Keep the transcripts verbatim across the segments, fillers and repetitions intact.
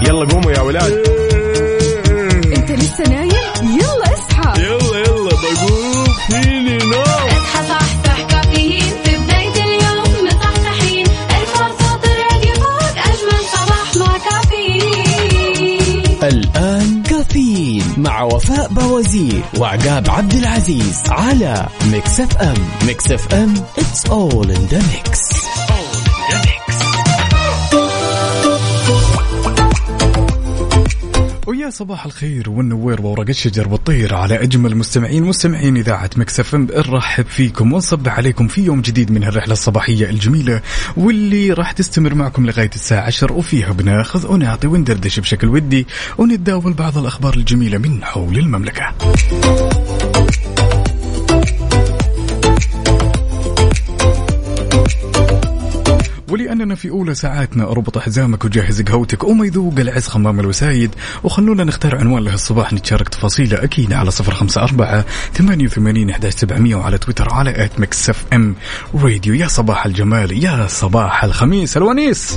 يلا قوموا يا ولاد. انت لسه نايم؟ يلا اصحى. يلا يلا بقوم فيني نوم. اصحى صحصح كافيين في بداية اليوم مصحصحين. ارفع صوت الراديو فوق أجمل صباح مع كافيين. الآن كافيين مع وفاء بوازير وعقاب عبد العزيز على ميكس اف ام. ميكس اف ام it's all in the mix. ويا صباح الخير والنوير وورق الشجر والطير على أجمل مستمعين مستمعين إذاعة ميكس اف ام. نرحب فيكم ونصبح عليكم في يوم جديد من هالرحلة الصباحية الجميلة واللي راح تستمر معكم لغاية الساعة عشر، وفيها بناخذ ونعطي وندردش بشكل ودي ونتداول بعض الأخبار الجميلة من حول المملكة. ولأننا في أولى ساعاتنا أربط حزامك وجهز قهوتك وما يذوق العز خمام الوسايد، وخلونا نختار عنوان له الصباح نتشارك تفاصيله أكيد على صفر خمسة أربعة ثمانية وثمانين أحد عشر سبعمية وعلى تويتر على آت ميكس اف ام راديو. يا صباح الجمال، يا صباح الخميس الونيس.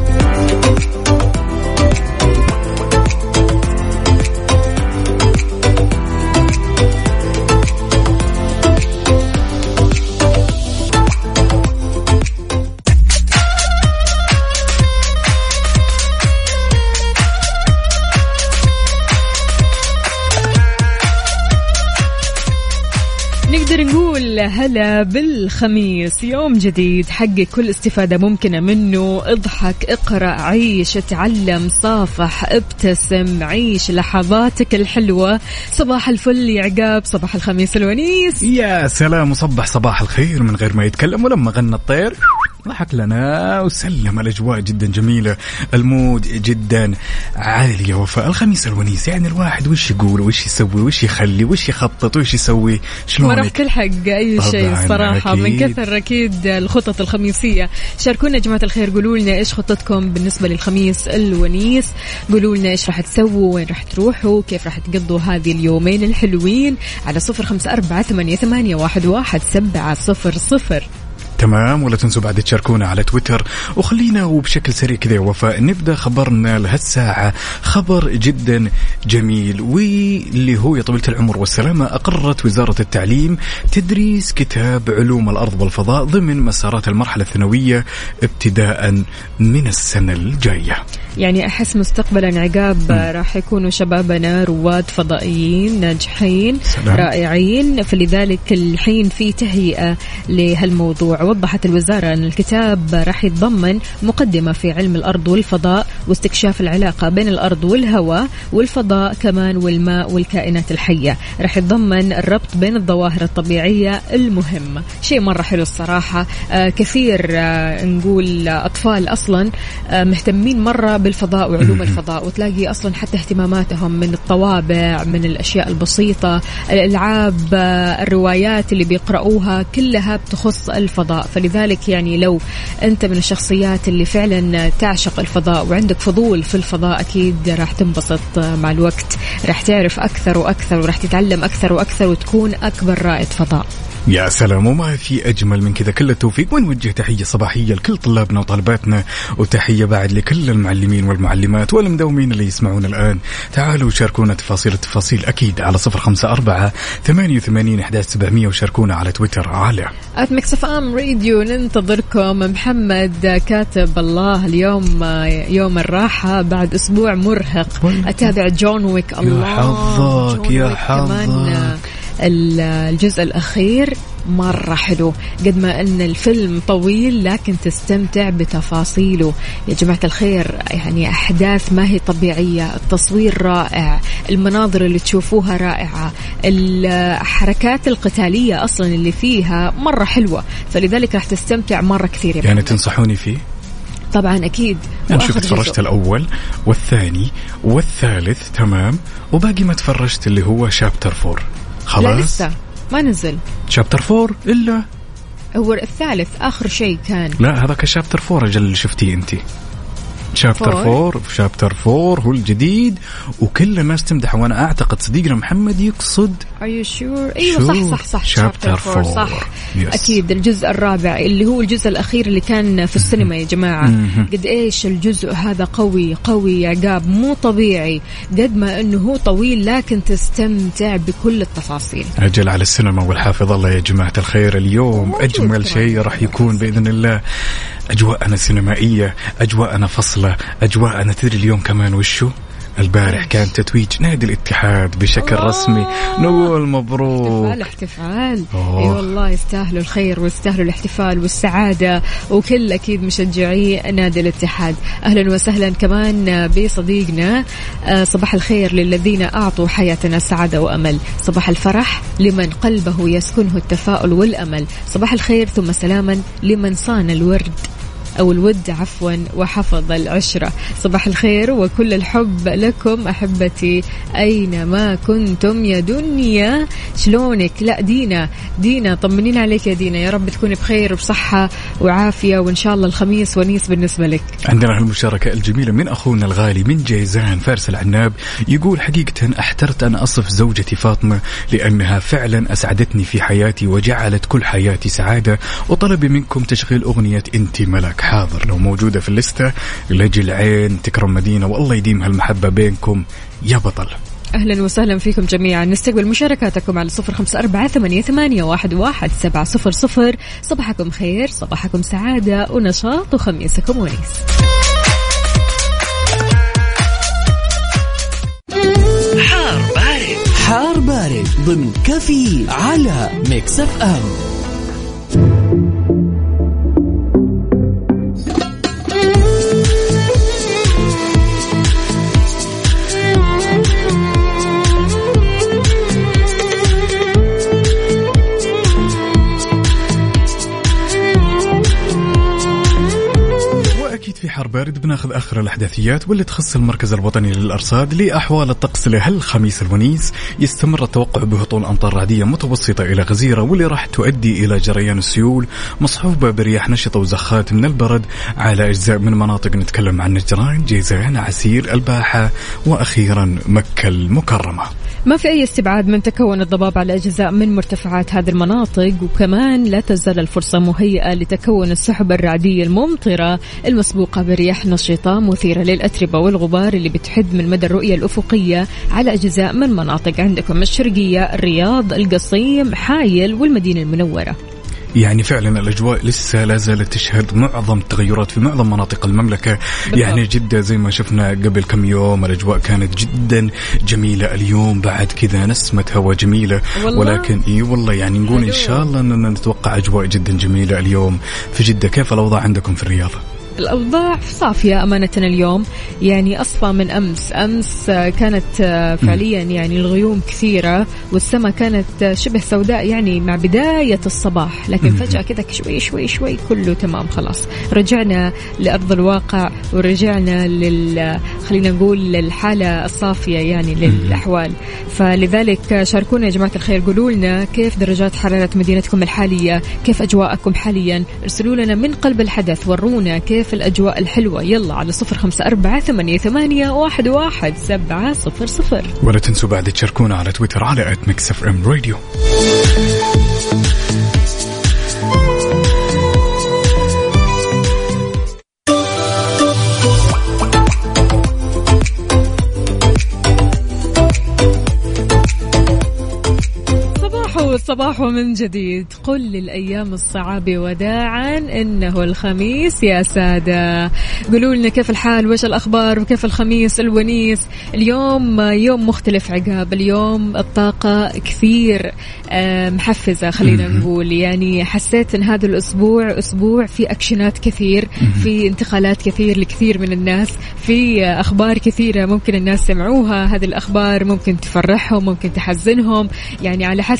نقدر نقول هلا بالخميس، يوم جديد حقق كل استفادة ممكنة منه. اضحك، اقرأ، عيش، اتعلم، صافح، ابتسم، عيش لحظاتك الحلوة. صباح الفل يا عقاب، صباح الخميس الونيس. يا سلام، وصبح صباح الخير من غير ما يتكلم، ولما غنى الطير ضحك لنا وسلم. الأجواء جدا جميلة، المود جدا عالي. وفاء الخميس الونيس يعني الواحد وش يقول وش يسوي وش يخلي وش يخطط وش يسوي. شلونك؟ ما راح تلحق أي شيء الصراحة من كثر أكيد الخطط الخميسية. شاركونا يا جماعة الخير، قولوا لنا إيش خطتكم بالنسبة للخميس الونيس. قولوا لنا إيش راح تسووا، وين راح تروحوا، كيف راح تقضوا هذه اليومين الحلوين على صفر خمسة أربعة ثمانية ثمانية واحد واحد سبعة صفر صفر. تمام، ولا تنسوا بعد تشاركونا على تويتر. وخلينا وبشكل سريع كذا وفاء نبدأ خبرنا لهالساعة. خبر جدا جميل واللي هو يا طويلة العمر والسلامة، أقرت وزارة التعليم تدريس كتاب علوم الأرض والفضاء ضمن مسارات المرحلة الثانوية ابتداء من السنة الجاية. يعني أحس مستقبلا عقاب راح يكونوا شبابنا رواد فضائيين ناجحين رائعين، فلذلك الحين في تهيئة لهالموضوع. وضحت الوزارة أن الكتاب راح يتضمن مقدمة في علم الأرض والفضاء واستكشاف العلاقة بين الأرض والهواء والفضاء كمان والماء والكائنات الحية. راح يتضمن الربط بين الظواهر الطبيعية المهمة، شيء مرة حلو الصراحة. آه كثير آه نقول أطفال أصلا آه مهتمين مرة بالفضاء وعلوم الفضاء، وتلاقي أصلا حتى اهتماماتهم من الطوابع، من الأشياء البسيطة، الألعاب، آه الروايات اللي بيقرؤوها كلها بتخص الفضاء. فلذلك يعني لو أنت من الشخصيات اللي فعلا تعشق الفضاء وعندك فضول في الفضاء، أكيد راح تنبسط مع الوقت، راح تعرف أكثر وأكثر وراح تتعلم أكثر وأكثر وتكون أكبر رائد فضاء. يا سلام، وما في أجمل من كذا. كل التوفيق، ونوجه تحية صباحية لكل طلابنا وطالباتنا، وتحية بعد لكل المعلمين والمعلمات والمداومين اللي يسمعون الآن. تعالوا شاركونا تفاصيل التفاصيل أكيد على صفر خمسة أربعة ثمانية وثمانين أحد عشر سبعمية، وشاركونا على تويتر على آت ميكس اف ام راديو. ننتظركم. محمد كاتب الله اليوم يوم الراحة بعد أسبوع مرهق، أتابع جون ويك. الله، يا حظك يا حظك. الجزء الأخير مرة حلو، قد ما أن الفيلم طويل لكن تستمتع بتفاصيله يا جماعة الخير. يعني أحداث ما هي طبيعية، التصوير رائع، المناظر اللي تشوفوها رائعة، الحركات القتالية أصلا اللي فيها مرة حلوة، فلذلك راح تستمتع مرة كثير. يعني محمد. تنصحوني فيه؟ طبعا أكيد. أنا شوف تفرجت الأول والثاني والثالث تمام، وباقي ما تفرجت اللي هو شابتر فور. خلاص لا لسه ما نزل شابتر فور إلا هو الثالث آخر شيء كان. لا هذا كشابتر فور أجل اللي شفتيه أنتي. شابتر فور شابتر فور هو الجديد وكل الناس تمدحه، وانا اعتقد صديقنا محمد يقصد Are you sure؟ ايوه صح صح صح شابتر فور صح yes. اكيد الجزء الرابع اللي هو الجزء الاخير اللي كان في السينما يا جماعه. قد ايش الجزء هذا قوي قوي يا عقاب، مو طبيعي قد ما انه هو طويل لكن تستمتع بكل التفاصيل. اجل على السينما والحافظ الله يا جماعه الخير. اليوم اجمل شيء راح يكون باذن الله أجواءنا سينمائية، أجواءنا فصلة، أجواءنا تدري اليوم كمان وشو؟ البارح كان تتويج نادي الاتحاد بشكل أوه. رسمي، نقول مبروك. احتفال احتفال اي والله يستاهلوا الخير ويستاهلوا الاحتفال والسعادة وكل أكيد مشجعي نادي الاتحاد. أهلا وسهلا كمان بصديقنا صباح الخير للذين أعطوا حياتنا سعادة وأمل، صباح الفرح لمن قلبه يسكنه التفاؤل والأمل، صباح الخير ثم سلاما لمن صان الورد أو الود عفوا وحفظ العشرة، صباح الخير وكل الحب لكم أحبتي أينما كنتم يا دنيا. شلونك؟ لا دينا دينا طمنين عليك يا دينا، يا رب تكوني بخير وبصحة وعافية وإن شاء الله الخميس ونيس بالنسبة لك. عندنا المشاركة الجميلة من أخونا الغالي من جيزان فارس العناب، يقول حقيقة احترت أن أصف زوجتي فاطمة لأنها فعلا أسعدتني في حياتي وجعلت كل حياتي سعادة، وطلبي منكم تشغيل أغنية أنت ملك. حاضر لو موجودة في الليستة لجل عين تكرم مدينة، والله يديم هالمحبة بينكم يا بطل. أهلا وسهلا فيكم جميعا، نستقبل مشاركاتكم على صفر خمسة أربعة ثمانية ثمانية واحد واحد سبعة صفر صفر. صباحكم خير، صباحكم سعادة ونشاط وخميسكم ونيس. حار بارد حار بارد ضمن كفي على ميكس اف ام. في حار بارد بناخذ آخر الأحداثيات واللي تخص المركز الوطني للأرصاد لأحوال الطقس لهالخميس الونيس. يستمر التوقع بهطول أمطار رعدية متوسطة إلى غزيرة واللي راح تؤدي إلى جريان السيول مصحوبة برياح نشطة وزخات من البرد على أجزاء من مناطق نتكلم عن نجران، جيزان، عسير، الباحة، وأخيرا مكة المكرمة. ما في أي استبعاد من تكون الضباب على أجزاء من مرتفعات هذه المناطق، وكمان لا تزال الفرصة مهيئة لتكون السحب الرعدية الممطرة المسبوقة برياح نشطة مثيرة للأتربة والغبار اللي بتحد من مدى الرؤية الأفقية على أجزاء من مناطق عندكم الشرقية، الرياض، القصيم، حايل والمدينة المنورة. يعني فعلا الأجواء لسه لا زالت تشهد معظم التغيرات في معظم مناطق المملكة بالضبط. يعني جدة زي ما شفنا قبل كم يوم الأجواء كانت جدا جميلة، اليوم بعد كذا نسمة هواء جميلة والله. ولكن إيه والله يعني نقول إن شاء الله أننا نتوقع أجواء جدا جميلة اليوم في جدة. كيف الأوضاع عندكم في الرياض؟ الأوضاع صافية أمانة اليوم، يعني أصفى من أمس. أمس كانت فعليا يعني الغيوم كثيرة والسماء كانت شبه سوداء يعني مع بداية الصباح، لكن فجأة كذا شوي شوي شوي كله تمام، خلاص رجعنا لأرض الواقع ورجعنا لل خلينا نقول للحالة الصافية يعني للأحوال. فلذلك شاركونا يا جماعة الخير، قولوا لنا كيف درجات حرارة مدينتكم الحالية، كيف أجواءكم حاليا، ارسلوا لنا من قلب الحدث، ورونا كيف الأجواء الحلوة. يلا على صفر خمسة أربعة ثمانية ثمانية واحد واحد سبعة صفر صفر. ولا تنسوا بعد تشاركونا على تويتر على آت ميكس اف ام راديو. صباح من جديد، قل للأيام الصعاب وداعا إنه الخميس يا سادة. قولوا لنا كيف الحال وإيش الأخبار وكيف الخميس الونيس. اليوم يوم مختلف عقاب، اليوم الطاقة كثير محفزة خلينا نقول، يعني حسيت إن هذا الأسبوع أسبوع في أكشنات كثير، في انتقالات كثير لكثير من الناس، في أخبار كثيرة ممكن الناس سمعوها، هذه الأخبار ممكن تفرحهم ممكن تحزنهم، يعني على حسب. في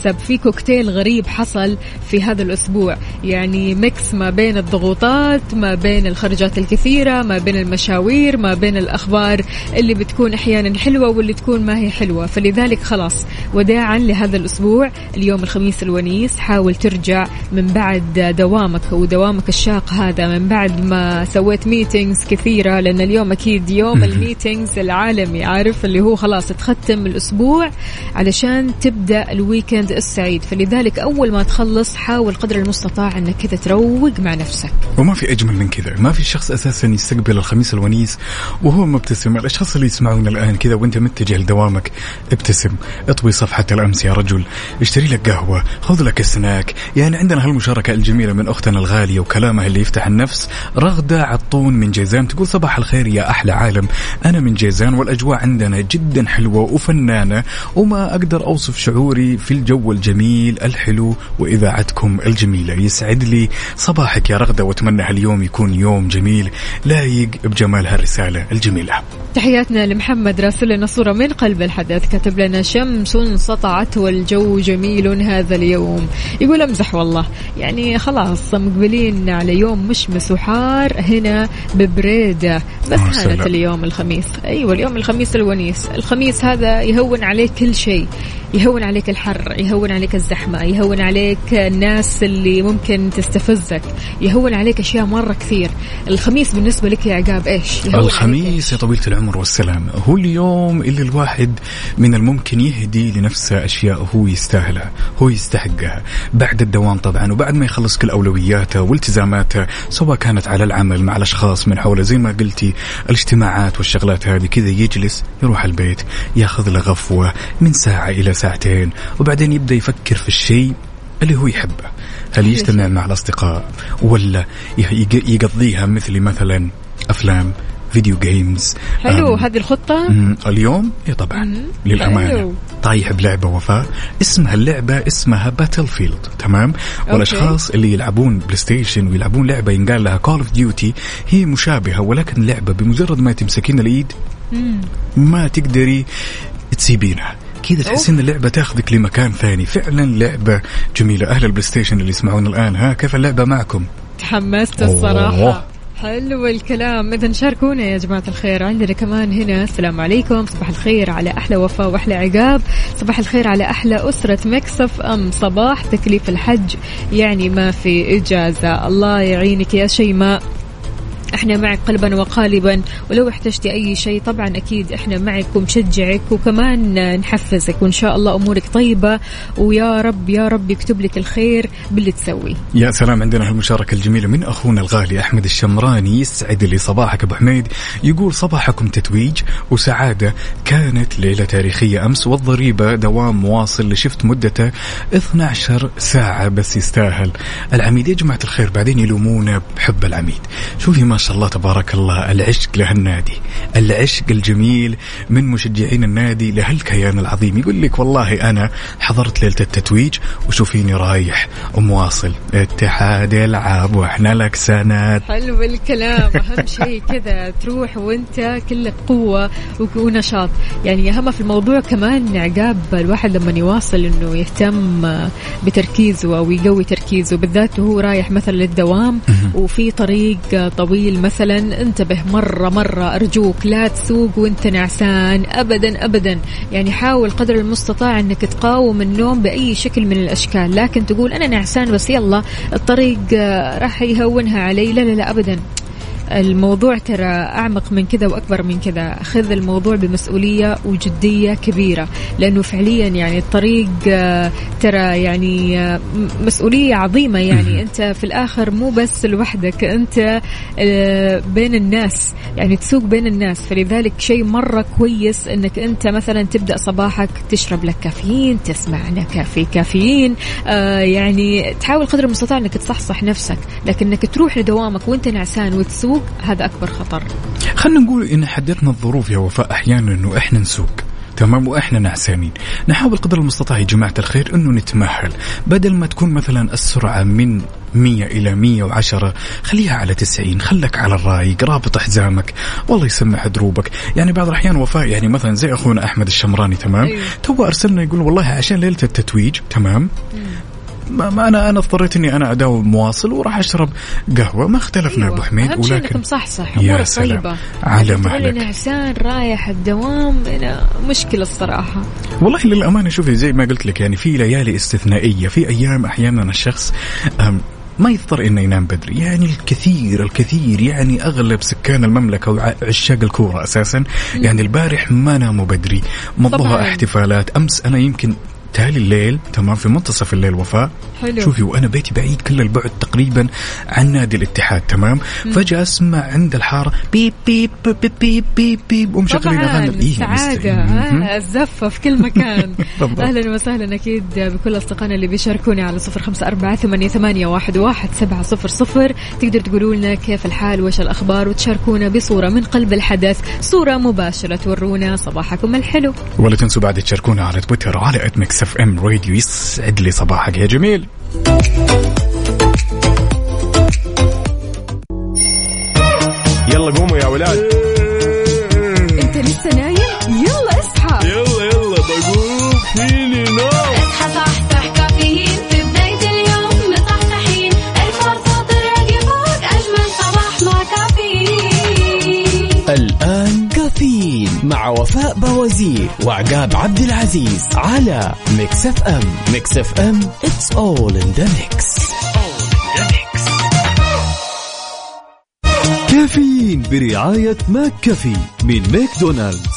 كوكتيل غريب حصل في هذا الأسبوع، يعني ميكس ما بين الضغوطات، ما بين الخرجات الكثيرة، ما بين المشاوير، ما بين الأخبار اللي بتكون أحيانا حلوة واللي تكون ما هي حلوة. فلذلك خلاص وداعا لهذا الأسبوع، اليوم الخميس الونيس، حاول ترجع من بعد دوامك ودوامك الشاق هذا، من بعد ما سويت ميتينجز كثيرة، لأن اليوم أكيد يوم الميتينجز العالمي، عارف اللي هو خلاص تختم الأسبوع علشان تبدأ الويكند السعيد. فلذلك أول ما تخلص حاول قدر المستطاع أنك كذا تروق مع نفسك. وما في أجمل من كذا، ما في شخص أساسا يستقبل الخميس الونيس وهو مبتسم. الأشخاص اللي يسمعون الآن كذا وانت متجه لدوامك، ابتسم، اطوي صفحة الأمس يا رجل، اشتري لك قهوة، خذ لك سناك. يعني عندنا هالمشاركة الجميلة من أختنا الغالية وكلامها اللي يفتح النفس. رغدة عطون من جيزان تقول صباح الخير يا أحلى عالم، أنا من جيزان والأجواء عندنا جدا حلوة وفنانة، وما أقدر أوصف شعوري في الجو الجميل الحلو وإذاعتكم الجميلة. يسعد لي صباحك يا رغدة، وأتمنى هاليوم يكون يوم جميل لايق بجمال هالرسالة الجميلة. تحياتنا لمحمد راسل لنا صورة من قلب الحدث، كتب لنا شمس سطعت والجو جميل هذا اليوم. يقول أمزح والله، يعني خلاص مقبلين على يوم مشمس وحار هنا ببريدة، بس هانت اليوم الخميس. أيوة اليوم الخميس الونيس. الخميس هذا يهون عليك كل شيء، يهون عليك الحر، يهون عليك الزحمة، يهون عليك الناس اللي ممكن تستفزك، يهون عليك أشياء مرة كثير. الخميس بالنسبة لك يا عقاب إيش؟ الخميس يا طويلة العمر والسلام هو اليوم اللي الواحد من الممكن يهدي لنفسه أشياء هو يستاهلها، هو يستحقها بعد الدوام طبعا، وبعد ما يخلص كل أولوياته والتزاماته، سواء كانت على العمل مع الأشخاص من حوله زي ما قلتي، الاجتماعات والشغلات هذه. كذا يجلس يروح البيت ياخذ له غفوة من ساعة إلى ساعتين، وبعدين يبدأ يفكر في الشيء اللي هو يحبه. هل يجتمع مع الأصدقاء ولا يقضيها مثل مثلا أفلام، فيديو جيمز؟ حلو هذه الخطة اليوم. إيه طبعا للأمانة طايح بلعبة وفاء اسمها اللعبة اسمها باتل فيلد، تمام؟ والأشخاص اللي يلعبون بلاي ستيشن ويلعبون لعبة ينقال لها كول اوف ديوتي، هي مشابهة ولكن لعبة بمجرد ما تمسكين الإيد ما تقدري تسيبينها، كذا تحس ان اللعبة تاخذك لمكان ثاني. فعلا لعبة جميلة. أهل البلاي ستيشن اللي يسمعون الآن، ها كيف اللعبة معكم؟ تحمست الصراحة. حلو الكلام. إذن شاركونا يا جماعة الخير. عندنا كمان هنا السلام عليكم، صباح الخير على أحلى وفاء وأحلى عقاب، صباح الخير على أحلى أسرة مكسف أم، صباح تكليف الحج يعني ما في إجازة، الله يعينك يا شيماء، احنا معك قلبا وقالبا، ولو احتجتي اي شيء طبعا اكيد احنا معك ومشجعك وكمان نحفزك، وان شاء الله امورك طيبة، ويا رب يا رب يكتب لك الخير باللي تسوي. يا سلام. عندنا هالمشاركة الجميلة من اخونا الغالي احمد الشمراني، يسعد لي صباحك ابو حميد. يقول صباحكم تتويج وسعادة، كانت ليلة تاريخية امس والضريبة دوام مواصل لشفت مدته اثنتي عشرة ساعة بس يستاهل. العميد يا جماعة الخير بعدين يلومونا بحب العميد. شوفي ما شاء الله تبارك الله العشق لهالنادي، العشق الجميل من مشجعين النادي لهالكيان العظيم. يقول لك والله أنا حضرت ليلة التتويج وشوفيني رايح ومواصل، اتحاد العاب واحنا لك سند. حلو الكلام. أهم شيء كذا تروح وانت كلك قوة ونشاط. يعني أهم في الموضوع كمان عقاب الواحد لما يواصل إنه يهتم بتركيزه أو يقوي تركيزه، بالذات وهو رايح مثلا للدوام وفي طريق طويل مثلا، انتبه مرة مرة أرجوك لا تسوق وانت نعسان أبدا أبدا. يعني حاول قدر المستطاع أنك تقاوم النوم بأي شكل من الأشكال، لكن تقول أنا نعسان بس يلا الطريق راح يهونها علي، لا لا لا أبدا. الموضوع ترى أعمق من كذا وأكبر من كذا. خذ الموضوع بمسؤولية وجدية كبيرة، لأنه فعليا يعني الطريق ترى يعني مسؤولية عظيمة. يعني أنت في الآخر مو بس لوحدك، أنت بين الناس، يعني تسوق بين الناس. فلذلك شيء مرة كويس أنك أنت مثلا تبدأ صباحك تشرب لك كافيين، تسمع نكافي كافيين، آه يعني تحاول قدر المستطاع أنك تصحصح نفسك، لكن أنك تروح لدوامك وأنت نعسان وتسوق هذا أكبر خطر. خلنا نقول إن حددنا الظروف يا وفاء أحيانا إنه إحنا نسوق، تمام وإحنا نعسانين. نحاول قدر المستطاع يا جماعة الخير إنه نتمهل، بدل ما تكون مثلا السرعة من مية إلى مية وعشرة خليها على تسعين، خلك على الرايق، رابط حزامك، والله يسمح دروبك. يعني بعض الأحيان وفاء يعني مثلا زي أخونا أحمد الشمراني تمام أيوه. تو أرسلنا يقول والله عشان ليلة التتويج تمام ما, ما أنا أنا اضطريت إني أنا أداوم مواصل وراح أشرب قهوة، ما اختلفنا أيوة. أبو حميد، أهم شيء إنكم صح صح يا سلام طيبة. على مهلك. نعسان رايح الدوام أنا مشكلة الصراحة. والله للأمانة شوفي زي ما قلت لك يعني في ليالي استثنائية، في أيام أحيانا الشخص ما يضطر إنه ينام بدري. يعني الكثير الكثير يعني أغلب سكان المملكة وعشاق الكورة أساسا يعني البارح ما ناموا بدري، مضوها احتفالات. أمس أنا يمكن تالي الليل تمام في منتصف الليل وفاء حلو. شوفي وأنا بيتي بعيد كل البعد تقريبا عن نادي الاتحاد تمام مم. فجأة أسمع عند الحارة بيب بيب بيب بيب بيب بيب ومشغلين أغاني السعادة آه الزفة في كل مكان. أهلا وسهلا أكيد بكل أصدقائنا اللي بيشاركوني على صفر خمسة أربعة ثمانية ثمانية واحد واحد سبعة صفر صفر. تقدر تقولوا لنا كيف الحال وش الأخبار وتشاركونا بصورة من قلب الحدث، صورة مباشرة تورونا صباحكم الحلو. ولا تنسوا بعد تشاركونا على تويتر على ات ميكس اف ام راديو. يسعد لي صباحك يا جميل. يلا قوموا يا ولاد. انت لسه نايم؟ يلا اصحى. يلا يلا بقوم فيني نوم. اصحى صحصح كافيين في بداية اليوم مصحصحين، الفرصة تراقي فوق أجمل صباح مع كافيين. الآن كافيين مع وفاء بوازير وعقاب عبد العزيز على ميكس اف ام. ميكس اف ام it's all in the mix. كافيين برعاية ماك كافي من ماكدونالدز.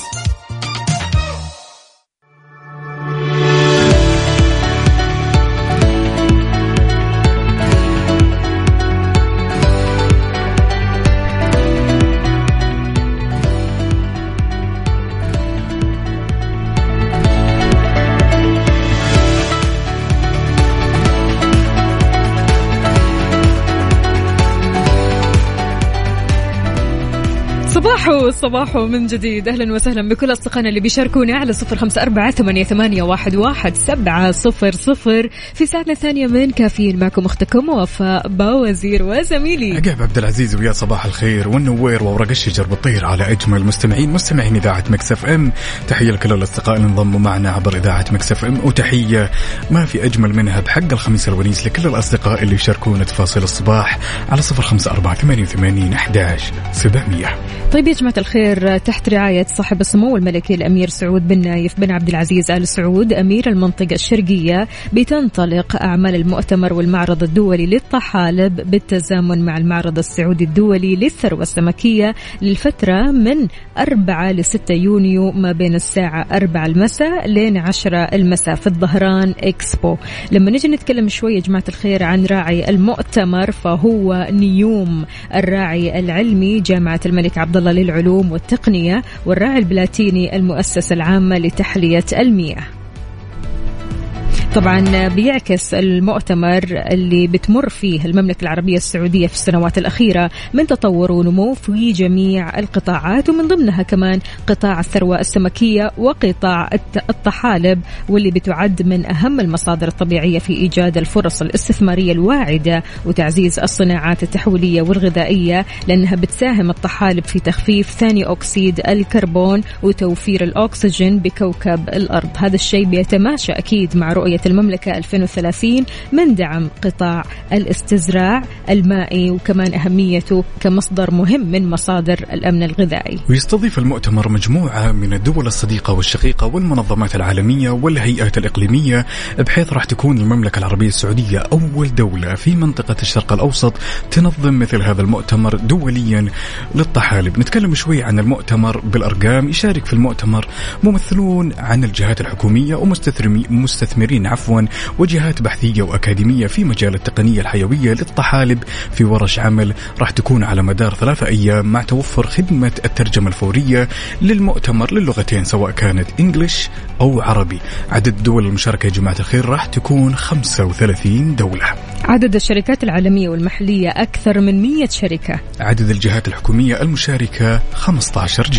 صباحو صباحو من جديد. أهلا وسهلا بكل أصدقائنا اللي بيشاركونا على صفر خمسة أربعة ثمانية ثمانية واحد واحد سبعة صفر صفر في ساعتنا الثانية من كافيين. معكم أختكم وفاء باوزير وزميلي عقاب عبد العزيز. ويا صباح الخير والنوير وورق الشجر بالطير على أجمل مستمعين مستمعين إذاعة ميكس اف ام. تحية لكل الأصدقاء اللي انضموا معنا عبر إذاعة ميكس اف ام، وتحية ما في أجمل منها بحق الخميس الونيس لكل الأصدقاء اللي يشاركونا تفاصيل الصباح على صفر خمسة أربعة ثمانية ثمانية أحد عشر سبعمية. طيب يا جماعة الخير، تحت رعاية صاحب السمو الملكي الأمير سعود بن نايف بن عبد العزيز آل سعود أمير المنطقة الشرقية، بتنطلق أعمال المؤتمر والمعرض الدولي للطحالب بالتزامن مع المعرض السعودي الدولي للثروة السمكية للفترة من أربعة لستة يونيو ما بين الساعة أربعة المساء لين عشرة المساء في الظهران إكسبو. لما نجي نتكلم شوية يا جماعة الخير عن راعي المؤتمر فهو نيوم، الراعي العلمي جامعة الملك عبد الله للعلوم والتقنية، والراعي البلاتيني المؤسسة العامة لتحلية المياه. طبعا بيعكس المؤتمر اللي بتمر فيه المملكة العربية السعودية في السنوات الأخيرة من تطور ونمو في جميع القطاعات، ومن ضمنها كمان قطاع الثروة السمكية وقطاع الطحالب، واللي بتعد من أهم المصادر الطبيعية في إيجاد الفرص الاستثمارية الواعدة وتعزيز الصناعات التحويلية والغذائية، لأنها بتساهم الطحالب في تخفيف ثاني أكسيد الكربون وتوفير الأكسجين بكوكب الأرض. هذا الشيء بيتماشى أكيد مع رؤية المملكة ألفين وثلاثين من دعم قطاع الاستزراع المائي وكمان أهميته كمصدر مهم من مصادر الأمن الغذائي. ويستضيف المؤتمر مجموعة من الدول الصديقة والشقيقة والمنظمات العالمية والهيئات الإقليمية، بحيث راح تكون المملكة العربية السعودية أول دولة في منطقة الشرق الأوسط تنظم مثل هذا المؤتمر دوليا للطحالب. نتكلم شوي عن المؤتمر بالأرقام. يشارك في المؤتمر ممثلون عن الجهات الحكومية ومستثمرين عفوا وجهات بحثية وأكاديمية في مجال التقنية الحيوية للطحالب في ورش عمل راح تكون على مدار ثلاثة أيام، مع توفر خدمة الترجمة الفورية للمؤتمر للغتين سواء كانت إنجليش أو عربي. عدد الدول المشاركة يا جماعة الخير راح تكون خمسة وثلاثين دولة. عدد الشركات العالمية والمحلية أكثر من مية شركة. عدد الجهات الحكومية المشاركة خمسة عشر جهة.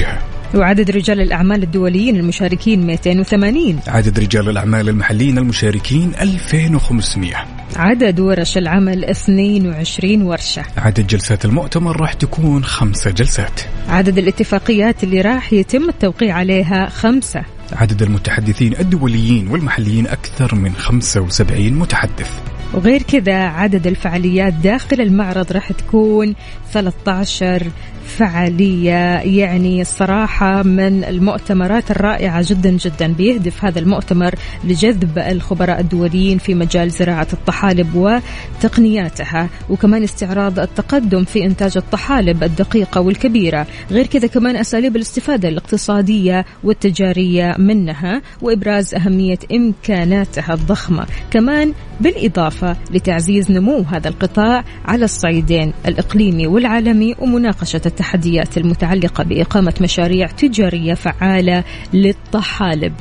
وعدد رجال الأعمال الدوليين المشاركين مئتين وثمانين. عدد رجال الأعمال المحليين المشاركين ألفين وخمسمائة. عدد ورش العمل اثنين وعشرين ورشة. عدد جلسات المؤتمر راح تكون خمسة جلسات. عدد الاتفاقيات اللي راح يتم التوقيع عليها خمسة. عدد المتحدثين الدوليين والمحليين أكثر من خمسة وسبعين متحدث. وغير كذا عدد الفعاليات داخل المعرض راح تكون ثلاثة عشر فعالية. يعني الصراحة من المؤتمرات الرائعة جدا جدا. بيهدف هذا المؤتمر لجذب الخبراء الدوليين في مجال زراعة الطحالب وتقنياتها، وكمان استعراض التقدم في إنتاج الطحالب الدقيقة والكبيرة. غير كذا كمان أساليب الاستفادة الاقتصادية والتجارية منها، وإبراز أهمية إمكاناتها الضخمة، كمان بالإضافة لتعزيز نمو هذا القطاع على الصعيدين الإقليمي والعالمي، ومناقشة التحديات المتعلقة بإقامة مشاريع تجارية فعالة للطحالب.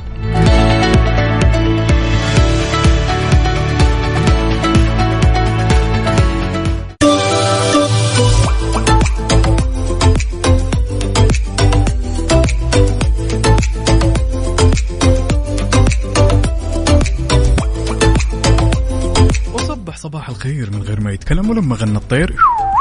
صباح الخير من غير ما يتكلم، ولما غنى الطير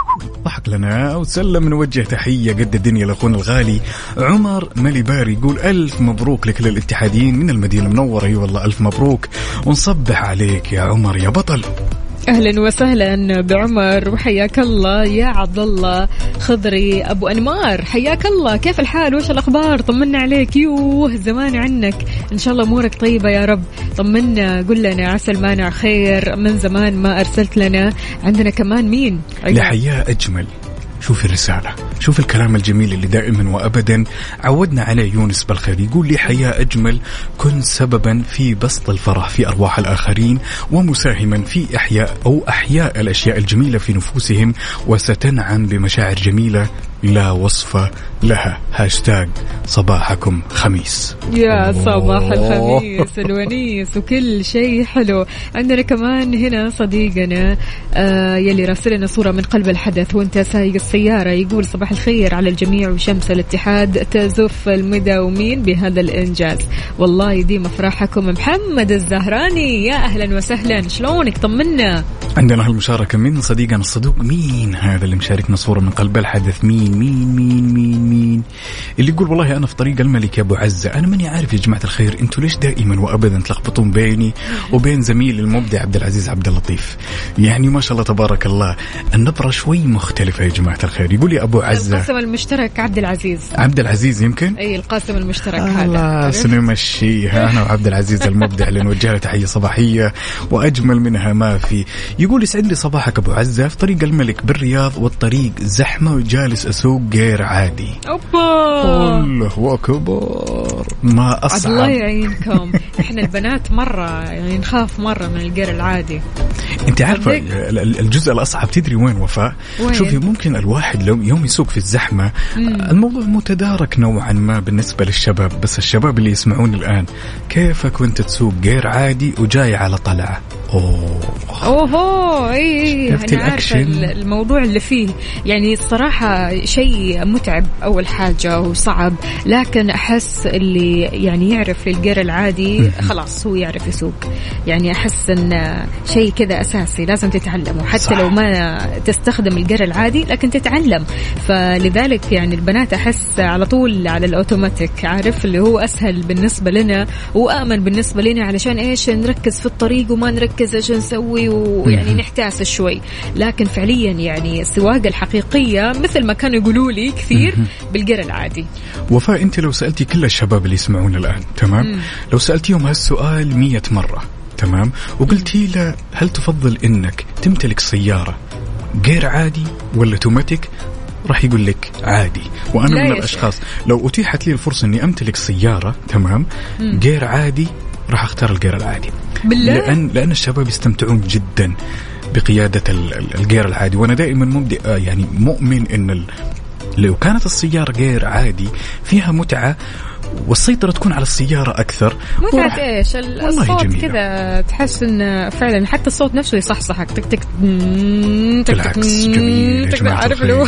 ضحك لنا وسلم. نوجه تحية قد الدنيا لأخونا الغالي عمر مليباري، يقول ألف مبروك لكل الاتحاديين من المدينة المنورة. أي والله ألف مبروك، ونصبح عليك يا عمر يا بطل. أهلا وسهلا بعمر، وحياك الله يا عبد الله خضري أبو أنمار، حياك الله. كيف الحال وش الأخبار؟ طمنا عليك، يوه زمان عنك، إن شاء الله أمورك طيبة يا رب. طمنا، قل لنا عسى المانع خير، من زمان ما أرسلت لنا. عندنا كمان مين؟ لحياة أجمل. شوف الرسالة، شوف الكلام الجميل اللي دائما وأبدا عودنا عليه يونس بالخير. يقول لي حياة أجمل، كن سببا في بسط الفرح في أرواح الآخرين، ومساهما في إحياء أو أحياء الأشياء الجميلة في نفوسهم، وستنعم بمشاعر جميلة لا وصف لها. هاشتاج صباحكم خميس. يا صباح الخميس الونيس وكل شيء حلو. عندنا كمان هنا صديقنا آه يلي راسلنا صورة من قلب الحدث وانت سايق السيارة، يقول صباح الخير على الجميع وشمس الاتحاد تزف المداومين بهذا الإنجاز، والله يديم أفراحكم. محمد الزهراني، يا أهلا وسهلا، شلونك؟ طمنا. عندنا هالمشاركة من صديقنا الصدوق. مين هذا اللي مشاركنا صورة من قلب الحدث؟ مين مين مين مين مين اللي يقول والله أنا في طريق الملك يا أبو عزة. أنا ماني عارف يا جماعة الخير، أنتوا ليش دائما وأبدا تلخبطون بيني وبين زميل المبدع عبد العزيز عبد اللطيف؟ يعني ما شاء الله تبارك الله النبرة شوي مختلفة يا جماعة الخير. يقول لي أبو عزة القاسم المشترك عبد العزيز عبد العزيز يمكن أي القاسم المشترك آه هذا سنمشيها أنا وعبد العزيز المبدع اللي نوجه له تحية صباحية وأجمل منها ما في. يقول يسعد لي صباحك أبو عزة، في طريق الملك بالرياض والطريق زحمة وجالس أسوق غير عادي. أوبا الله أكبر، ما أصعب. الله يعينكم. إحنا البنات مرة يعني نخاف مرة من الغير العادي. أنت عارفة الجزء الأصعب تدري وين وفاء؟ وين؟ شوفي ممكن الواحد لو يوم يسوق في الزحمة مم. الموضوع متدارك نوعا ما بالنسبة للشباب، بس الشباب اللي يسمعون الآن كيفك وانت تسوق غير عادي وجاي على طلعة؟ أوه أوه إيه أنا عارفة الموضوع اللي فيه. يعني الصراحة شيء متعب أول حاجة وصعب، لكن أحس اللي يعني يعرف الجير العادي خلاص هو يعرف يسوق. يعني أحس إن شيء كذا أساسي لازم تتعلمه، حتى صح. لو ما تستخدم الجير العادي لكن تتعلم. فلذلك يعني البنات أحس على طول على الأوتوماتيك، عارف اللي هو أسهل بالنسبة لنا وآمن بالنسبة لنا، علشان إيش نركز في الطريق وما نركز إيش نسوي ويعني نحتاس شوي. لكن فعليا يعني السواقة الحقيقية مثل ما كانوا يقولوا لي كثير بالجير العادي. وفاء أنت لو سألتي كل الشباب اللي يسمعون الآن تمام مم. لو سألتيهم هالسؤال مية مرة تمام وقلتي له هل تفضل إنك تمتلك سيارة غير عادي ولا توماتيك، راح يقول لك عادي. وأنا من الأشخاص لو أتيحت لي الفرصة إني أمتلك سيارة تمام غير عادي راح أختار الغير العادي بالله؟ لأن لأن الشباب يستمتعون جدا بقيادة الغير العادي. وأنا دائما مبدئ يعني مؤمن إن ال... لو كانت السيارة غير عادي فيها متعة والسيطرة تكون على السيارة أكثر. متعة إيش؟ الصوت كذا تحس إن فعلا حتى الصوت نفسه يصحصحك تك تك بالعكس جميل يا جماعة الخير.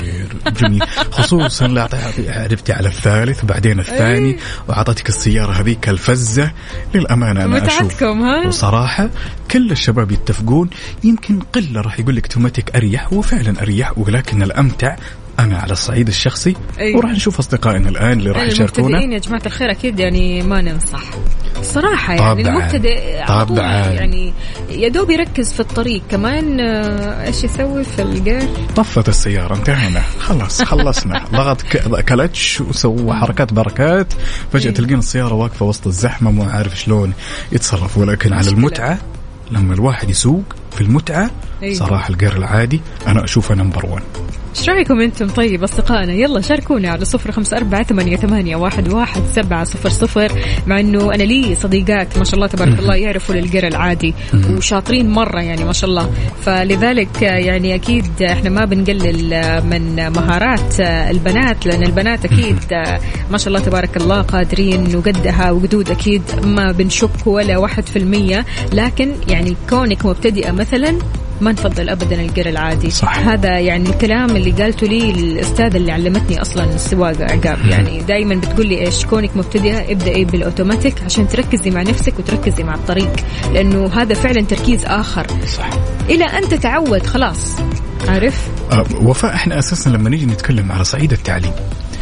جميل. خصوصا لا عرفتي على الثالث وبعدين الثاني وعطتك السيارة هذيك الفزة. للأمانة أنا أشوف وصراحة كل الشباب يتفقون، يمكن قلة راح يقول لك توماتيك أريح، وفعلا أريح، ولكن الأمتع أنا على الصعيد الشخصي. أيوة. وراح نشوف أصدقائنا الآن اللي راح يشاركونا. المبتدئين يا جماعة الخير أكيد يعني ما ننصح صراحة، يعني المبتدئ يعني يا دوب يركز في الطريق، كمان إيش يسوي في الجير؟ طفت السيارة، انتهينا خلاص خلصنا. ضغط كلتش وسوى حركات بركات، فجأة تلقين السيارة واقفة وسط الزحمة مو عارف شلون يتصرف. ولكن على المتعة لما الواحد يسوق في المتعة صراحة الجير العادي أنا أشوفه نمبر وان. ايش رايكم انتم طيب اصدقائنا؟ يلا شاركونا على صفر خمسة أربعة ثمانية ثمانية واحد واحد سبعة صفر صفر. مع انه انا لي صديقات ما شاء الله تبارك الله يعرفوا للجير العادي وشاطرين مره يعني ما شاء الله، فلذلك يعني اكيد احنا ما بنقلل من مهارات البنات، لان البنات اكيد ما شاء الله تبارك الله قادرين وقدها وقدود، اكيد ما بنشك ولا واحد في المية. لكن يعني كونك مبتدئة مثلا ما نفضل أبدا الجير العادي. صح. هذا يعني الكلام اللي قالته لي الأستاذة اللي علمتني أصلا السواقة عقاب، يعني دايما بتقول لي إيش كونك مبتدئة ابدأي بالأوتوماتيك عشان تركزي مع نفسك وتركزي مع الطريق، لأنه هذا فعلا تركيز آخر. صح. إلى أن تتعود خلاص. عارف أه وفاء، إحنا أساسا لما نيجي نتكلم على صعيد التعليم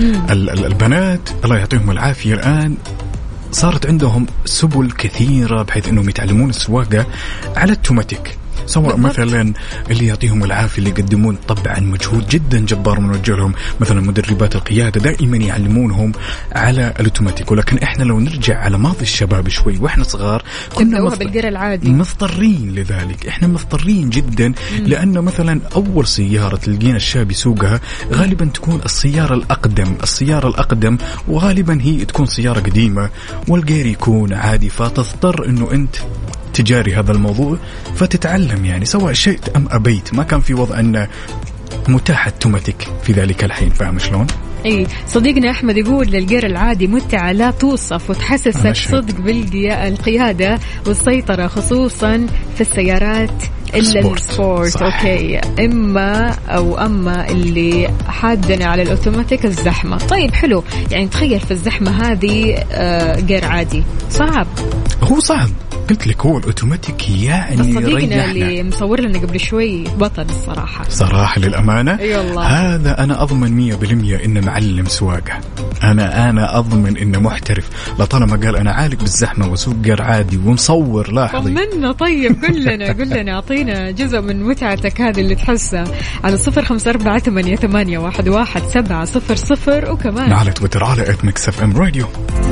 البنات الله يعطيهم العافية الآن صارت عندهم سبل كثيرة بحيث أنهم يتعلمون السواقة على التوماتيك، سواء مثلا اللي يعطيهم العافية اللي يقدمون طبعا مجهود جدا جبار من رجالهم، مثلا مدربات القيادة دائما يعلمونهم على الأوتوماتيك. ولكن احنا لو نرجع على ماضي الشباب شوي واحنا صغار كنا مضط... بالجير العادي مضطرين لذلك، احنا مضطرين جدا مم. لأنه مثلا أول سيارة تلقين الشاب يسوقها غالبا تكون السيارة الأقدم السيارة الأقدم وغالبا هي تكون سيارة قديمة والجير يكون عادي، فتضطر انه انت تجاري هذا الموضوع فتتعلم، يعني سواء شئت أم أبيت. ما كان في وضع أن متاح التوماتيك في ذلك الحين، فاهم شلون؟ اي صديقنا احمد يقول للجير العادي متعة لا توصف وتحسسك صدق بالقيادة والسيطرة، خصوصا في السيارات إلا السبورت. أوكي، إما أو أما اللي حادنا على الأوتوماتيك الزحمة. طيب حلو، يعني تخيل في الزحمة هذه آه جير عادي صعب، هو صعب قلت لك هو الأوتوماتيك يعني صديقنا اللي مصور لنا قبل شوي بطل الصراحة صراحة للأمانة. أيوة هذا أنا أضمن مية بالمية إنه معلم سواقة، أنا أنا أضمن إنه محترف لطالما قال أنا عالق بالزحمة وسوق جير عادي ومصور. لاحظي طمنا طيب قل لنا قل لنا أعطينا جزء من متعتك هذه اللي تحسها على صفر خمسة أربعة ثمانية ثمانية واحد واحد سبعة صفر صفر، وكمان على تويتر على إت ميكس إف إم راديو.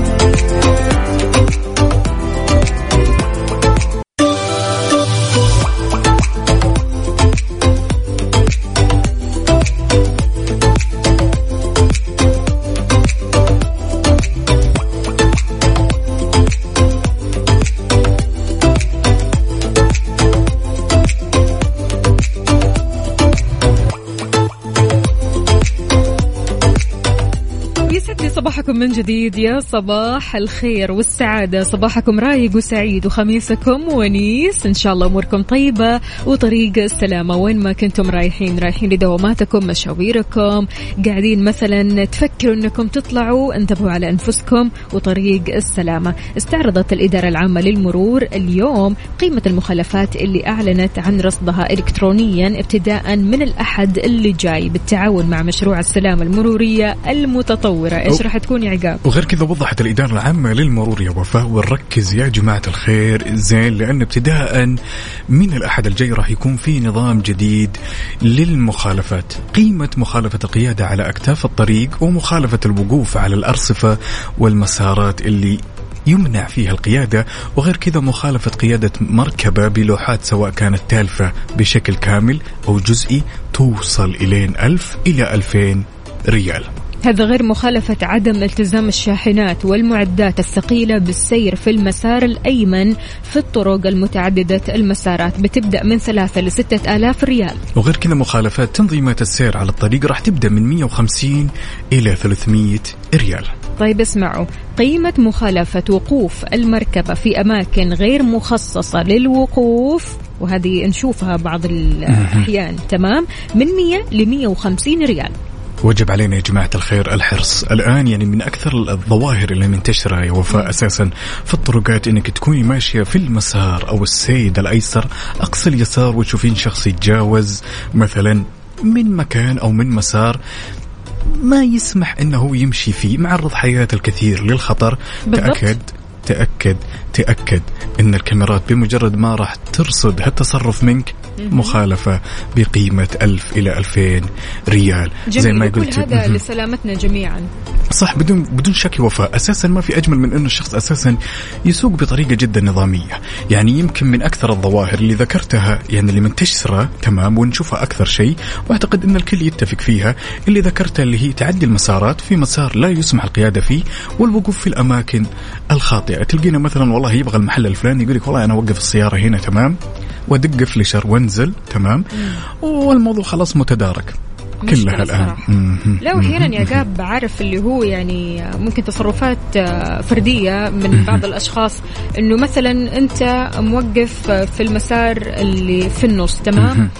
من جديد يا صباح الخير والسعادة، صباحكم رايق وسعيد وخميسكم ونيس، إن شاء الله أموركم طيبة وطريق السلامة وين ما كنتم رايحين، رايحين لدواماتكم مشاويركم، قاعدين مثلا تفكروا أنكم تطلعوا، انتبهوا على أنفسكم وطريق السلامة. استعرضت الإدارة العامة للمرور اليوم قيمة المخالفات اللي أعلنت عن رصدها إلكترونيا ابتداء من الأحد اللي جاي بالتعاون مع مشروع السلامة المرورية المتطورة. إيش راح تكون عقاب؟ وغير كذا وضحت الإدارة العامة للمرور يا وفاء، ونركز يا جماعة الخير زين، لأن ابتداء من الأحد الجاي راح يكون في نظام جديد للمخالفات. قيمة مخالفة القيادة على أكتاف الطريق ومخالفة الوقوف على الأرصفة والمسارات اللي يمنع فيها القيادة، وغير كذا مخالفة قيادة مركبة بلوحات سواء كانت تالفة بشكل كامل أو جزئي توصل إلين ألف إلى ألفين ريال. هذا غير مخالفة عدم التزام الشاحنات والمعدات الثقيلة بالسير في المسار الأيمن في الطرق المتعددة المسارات، بتبدأ من ثلاثة لستة آلاف ريال. وغير كذا مخالفات تنظيمات السير على الطريق راح تبدأ من مية وخمسين إلى ثلاثمية ريال. طيب اسمعوا، قيمة مخالفة وقوف المركبة في أماكن غير مخصصة للوقوف، وهذه نشوفها بعض الأحيان، تمام، من مية لمية وخمسين ريال. وجب علينا يا جماعة الخير الحرص الآن. يعني من أكثر الظواهر اللي منتشرة يا وفاء أساسا في الطرقات إنك تكوني ماشية في المسار أو السيد الأيسر أقصى اليسار وتشوفين شخص يتجاوز مثلا من مكان أو من مسار ما يسمح إنه يمشي فيه، معرض حياة الكثير للخطر. بالضبط. تأكد تأكد تأكد إن الكاميرات بمجرد ما راح ترصد هالتصرف منك مخالفة بقيمة ألف إلى ألفين ريال. جميل. زي ما كل قلت هذا لسلامتنا جميعا. صح، بدون بدون شك وفاء. أساسا ما في أجمل من إنه الشخص أساسا يسوق بطريقة جدا نظامية. يعني يمكن من أكثر الظواهر اللي ذكرتها يعني اللي منتشرة تمام ونشوفها أكثر شيء، وأعتقد إن الكل يتفق فيها، اللي ذكرتها اللي هي تعدي المسارات في مسار لا يسمح القيادة فيه والوقوف في الأماكن الخاطئة. تلقينا مثلا والله يبغى المحل الفلاني يقولك والله أنا أوقف السيارة هنا تمام وأدق فليشر وانزل تمام والموضوع خلاص متدارك كلها الآن. لا أحيانا يا جاب عارف اللي هو يعني ممكن تصرفات فردية من بعض الأشخاص، إنه مثلا أنت موقف في المسار اللي في النص تمام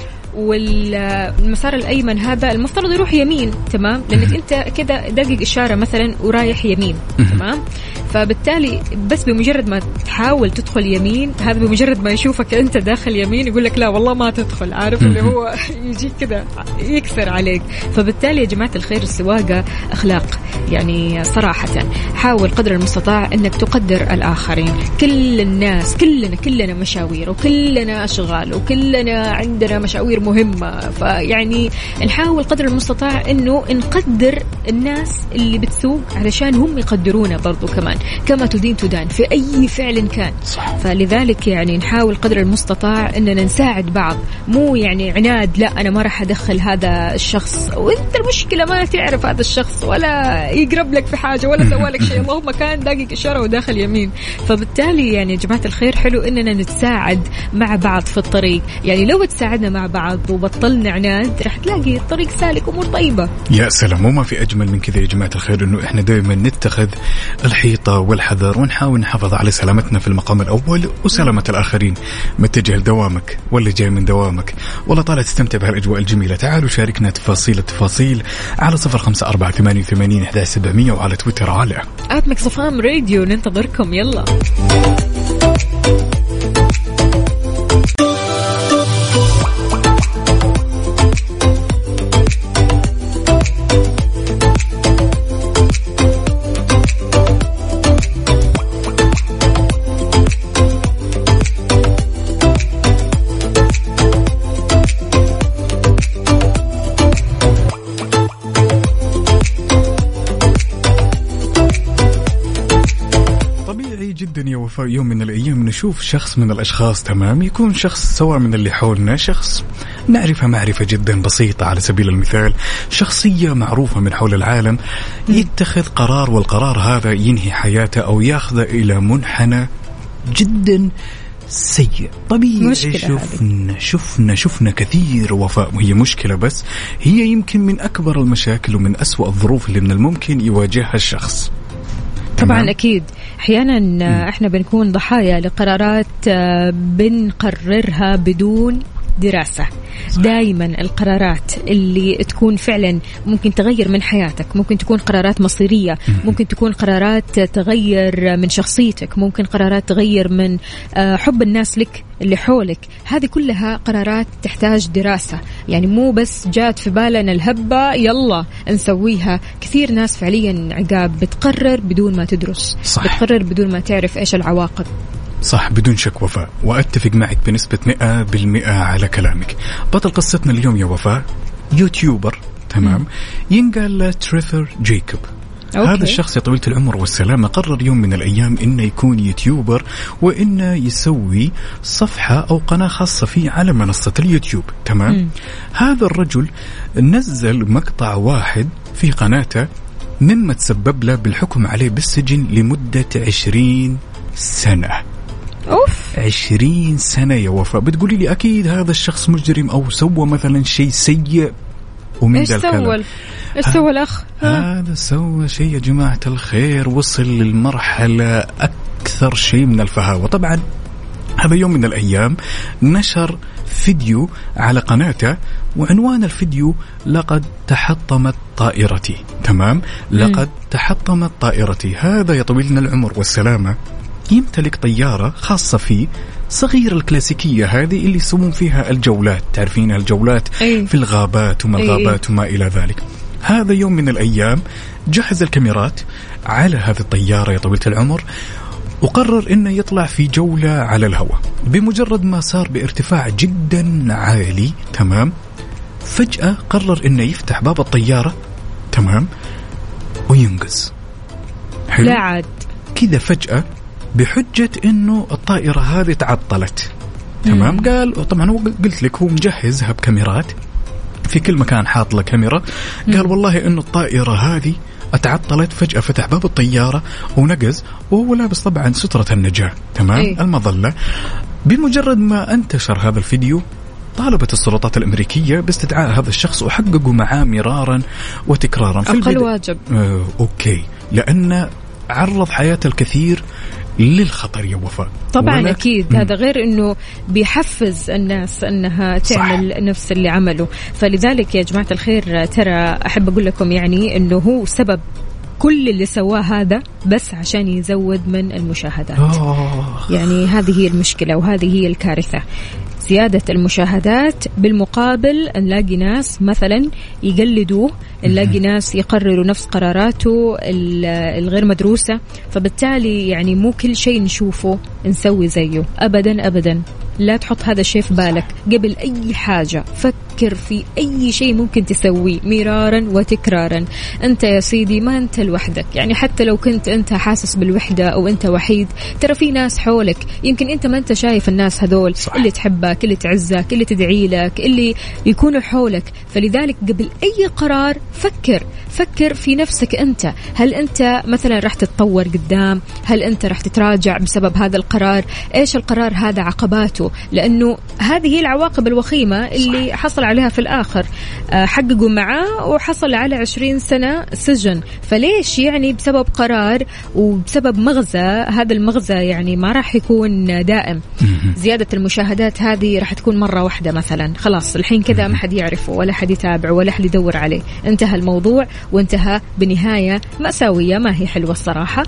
والمسار الأيمن هذا المفترض يروح يمين تمام، لأنك أنت كده دقيق إشارة مثلا ورايح يمين تمام، فبالتالي بس بمجرد ما تحاول تدخل يمين هذا بمجرد ما يشوفك أنت داخل يمين يقول لك لا والله ما تدخل، عارف اللي هو يجيك كده يكسر عليك. فبالتالي يا جماعة الخير السواقة أخلاق، يعني صراحة حاول قدر المستطاع أنك تقدر الآخرين. كل الناس كلنا كلنا مشاوير وكلنا أشغال وكلنا عندنا مشاوير مهمة، فيعني نحاول قدر المستطاع أنه نقدر الناس اللي بتسوق علشان هم يقدرونا برضو كمان، كما تدين تدان في أي فعل كان. صح. فلذلك يعني نحاول قدر المستطاع أننا نساعد بعض، مو يعني عناد لا أنا ما راح أدخل هذا الشخص وأنت المشكلة ما تعرف هذا الشخص ولا يقرب لك في حاجة ولا سوى لك شيء، اللهم كان دقيق إشارة وداخل يمين. فبالتالي يعني يا جماعة الخير حلو أننا نتساعد مع بعض في الطريق، يعني لو تساعدنا مع بعض وبطلنا عناد راح تلاقي الطريق سالك أمور طيبة. يا سلام، وما في أجمل من كذا يا جماعة الخير إنه إحنا دائما نتخذ الحيطة والحذر ونحاول نحافظ على سلامتنا في المقام الأول وسلامة الآخرين. متجه لدوامك ولا جاي من دوامك ولا طالع تستمتع بهالأجواء الجميلة، تعالوا شاركنا تفاصيل التفاصيل على صفر خمسة أربعة ثمانية وثمانين أحد عشر سبعمية وعلى تويتر على آت ميكس إف إم راديو. ننتظركم يلا. يوم من الأيام نشوف شخص من الأشخاص تمام، يكون شخص سواء من اللي حولنا، شخص نعرفه معرفة جدا بسيطة على سبيل المثال، شخصية معروفة من حول العالم، يتخذ قرار والقرار هذا ينهي حياته أو ياخذه إلى منحنى جدا سيء. طبيعي شفنا شفنا شفنا كثير وفاء، وهي مشكلة بس هي يمكن من أكبر المشاكل ومن أسوأ الظروف اللي من الممكن يواجهها الشخص. طبعا تمام؟ أكيد أحيانا م. إحنا بنكون ضحايا لقرارات بنقررها بدون دراسة. دائما القرارات اللي تكون فعلا ممكن تغير من حياتك، ممكن تكون قرارات مصيرية، ممكن تكون قرارات تغير من شخصيتك، ممكن قرارات تغير من حب الناس لك اللي حولك، هذه كلها قرارات تحتاج دراسة. يعني مو بس جات في بالنا الهبة يلا نسويها. كثير ناس فعليا عقاب بتقرر بدون ما تدرس. صح. بتقرر بدون ما تعرف إيش العواقب. صح، بدون شك وفاء، وأتفق معك بنسبة مئة بالمئة على كلامك. بطل قصتنا اليوم يا وفاء يوتيوبر تمام، ينقال تريفر جيكوب. أوكي. هذا الشخص يا طويلة العمر والسلامة قرر يوم من الأيام إنه يكون يوتيوبر وإنه يسوي صفحة أو قناة خاصة فيه على منصة اليوتيوب تمام. م. هذا الرجل نزل مقطع واحد في قناته مما تسبب له بالحكم عليه بالسجن لمدة عشرين سنة. أوف. عشرين سنة يا وفاء. بتقولي لي أكيد هذا الشخص مجرم أو سوى مثلا شيء سيء، ومن إيش سوى؟ إيش سوى الأخ؟ هذا سوى شيء يا جماعة الخير وصل للمرحلة أكثر شيء من الفهاوة. طبعا هذا يوم من الأيام نشر فيديو على قناته، وعنوان الفيديو لقد تحطمت طائرتي. تمام، لقد تحطمت طائرتي. هذا يا طويل العمر والسلامة يمتلك طيارة خاصة فيه صغيرة الكلاسيكية هذه اللي يسوون فيها الجولات، تعرفين الجولات أي. في الغابات وما الغابات وما إلى ذلك. هذا يوم من الأيام جهز الكاميرات على هذه الطيارة يا طويلة العمر، وقرر إنه يطلع في جولة على الهواء. بمجرد ما صار بارتفاع جدا عالي، تمام، فجأة قرر إنه يفتح باب الطيارة، تمام، وينقز. حلو؟ لا عاد كذا فجأة بحجة إنه الطائرة هذه تعطلت. تمام. مم. قال طبعا هو قلت لك هو مجهزها بكاميرات في كل مكان، حاط له كاميرا. قال والله إنه الطائرة هذه اتعطلت. فجأة فتح باب الطيارة ونقز، وهو لابس طبعا سترة النجاة، تمام، أي. المظلة. بمجرد ما انتشر هذا الفيديو طالبت السلطات الأمريكية باستدعاء هذا الشخص وحققوا معاه مرارا وتكرارا. في أقل واجب. آه، أوكي، لأن عرض حياة الكثير للخطر يا وفاء. طبعا أكيد. هذا غير أنه بيحفز الناس أنها تعمل صح. نفس اللي عمله. فلذلك يا جماعة الخير ترى أحب أقول لكم يعني أنه هو سبب كل اللي سواه هذا بس عشان يزود من المشاهدات. أوه. يعني هذه هي المشكلة وهذه هي الكارثة، زيادة المشاهدات. بالمقابل نلاقي ناس مثلا يقلدوه، نلاقي ناس يقرروا نفس قراراته الغير مدروسة. فبالتالي يعني مو كل شيء نشوفه نسوي زيه، أبدا أبدا. لا تحط هذا الشيء في بالك قبل أي حاجة. فكر في أي شيء ممكن تسويه مرارا وتكرارا. أنت يا سيدي ما أنت لوحدك، يعني حتى لو كنت أنت حاسس بالوحدة أو أنت وحيد، ترى في ناس حولك. يمكن أنت ما أنت شايف الناس هذول صح. اللي تحبك، اللي تعزك، اللي تدعي لك، اللي يكونوا حولك. فلذلك قبل أي قرار فكر فكر في نفسك أنت. هل أنت مثلا راح تتطور قدام؟ هل أنت راح تتراجع بسبب هذا القرار؟ إيش القرار هذا عقباته؟ لأنه هذه هي العواقب الوخيمة اللي حصل عليها في الآخر. حققوا معاه وحصل على عشرين سنة سجن. فليش يعني بسبب قرار وبسبب مغزى؟ هذا المغزى يعني ما راح يكون دائم. زيادة المشاهدات هذه راح تكون مرة واحدة مثلا، خلاص الحين كذا ما حد يعرفه ولا حد يتابعه ولا حد يدور عليه، انتهى الموضوع وانتهى بنهاية مأساوية ما هي حلوة الصراحة.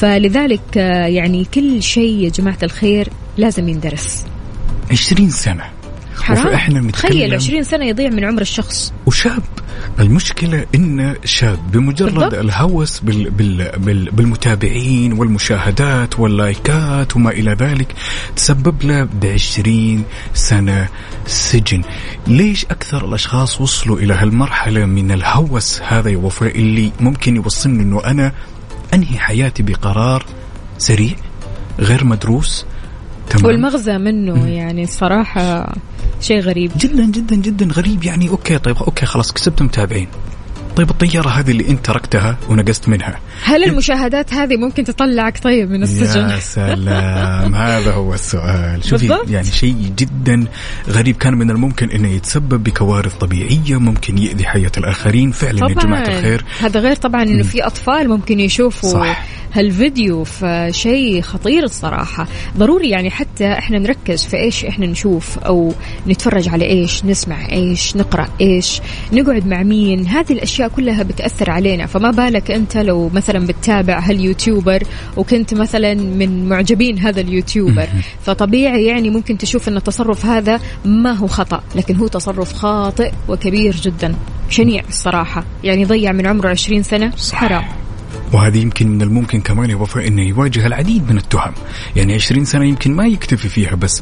فلذلك يعني كل شيء يا جماعة الخير لازم يندرس. عشرين سنة حرام. احنا تخيل عشرين سنة يضيع من عمر الشخص وشاب. المشكلة إن شاب بمجرد بالضبط. الهوس بال بال بال بالمتابعين والمشاهدات واللايكات وما إلى ذلك تسبب له بعشرين سنة سجن. ليش أكثر الأشخاص وصلوا إلى هالمرحلة من الهوس هذا يوفى اللي ممكن يوصلني إنه أنا أنهي حياتي بقرار سريع غير مدروس؟ تمام. والمغزى منه م. يعني صراحة شيء غريب جدا جدا جدا غريب. يعني أوكي طيب أوكي خلاص كسبت متابعين، طيب الطيارة هذه اللي أنت تركتها ونقزت منها، هل المشاهدات هذه ممكن تطلعك طيب من السجن؟ يا سلام هذا هو السؤال. شوفي يعني شيء جدا غريب كان من الممكن أنه يتسبب بكوارث طبيعية، ممكن يؤذي حياة الآخرين فعلا يا جماعة الخير. هذا غير طبعا أنه في أطفال ممكن يشوفوا صح. هالفيديو، فشيء خطير الصراحة. ضروري يعني حتى إحنا نركز في إيش إحنا نشوف أو نتفرج على إيش، نسمع إيش، نقرأ إيش، نقعد مع مين. هذه الأشياء كلها بتأثر علينا. فما بالك أنت لو مثلا بتتابع هاليوتيوبر وكنت مثلا من معجبين هذا اليوتيوبر، فطبيعي يعني ممكن تشوف أن التصرف هذا ما هو خطأ، لكن هو تصرف خاطئ وكبير جدا، شنيع الصراحة. يعني ضيع من عمره عشرين سنة، حرام. وهذه يمكن من الممكن كمان يا وفاء إنه يواجه العديد من التهم. يعني عشرين سنة يمكن ما يكتفي فيها، بس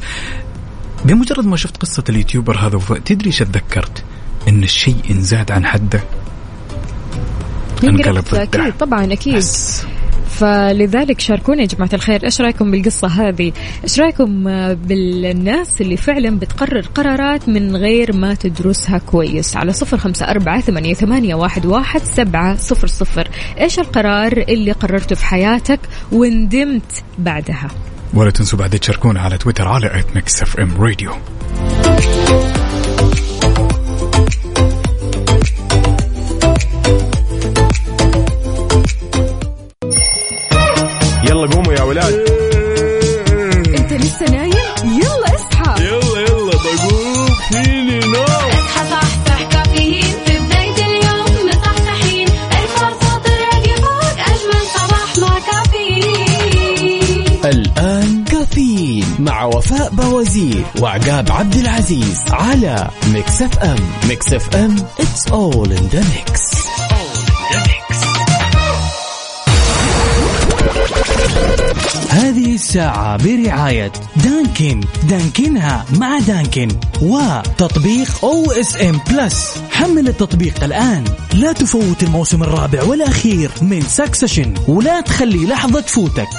بمجرد ما شفت قصة اليوتيوبر هذا وفاء تدري إيش تذكرت؟ إن الشيء إن زاد عن حده انقلب ضده. أكيد طبعا أكيد بس. فلذلك شاركونا يا جماعة الخير، إيش رأيكم بالقصة هذه؟ إيش رأيكم بالناس اللي فعلا بتقرر قرارات من غير ما تدرسها كويس؟ على صفر خمسة أربعة ثمانية ثمانية واحد واحد سبعة صفر صفر. إيش القرار اللي قررته في حياتك وندمت بعدها؟ ولا تنسوا بعد تشاركونا على تويتر على آت ميكس إف إم راديو. يلا قوموا يا ولاد. انت لسه نايم؟ يلا اصحى. يلا يلا بقوم. الآن كافيين مع وفاء بوازير وعقاب عبد العزيز على ميكس اف ام. ميكس اف ام it's all in the mix. هذه الساعة برعاية دانكن. دانكنها مع دانكن وتطبيق او اس ام بلس. حمل التطبيق الآن. لا تفوت الموسم الرابع والأخير من سكسشن ولا تخلي لحظة تفوتك.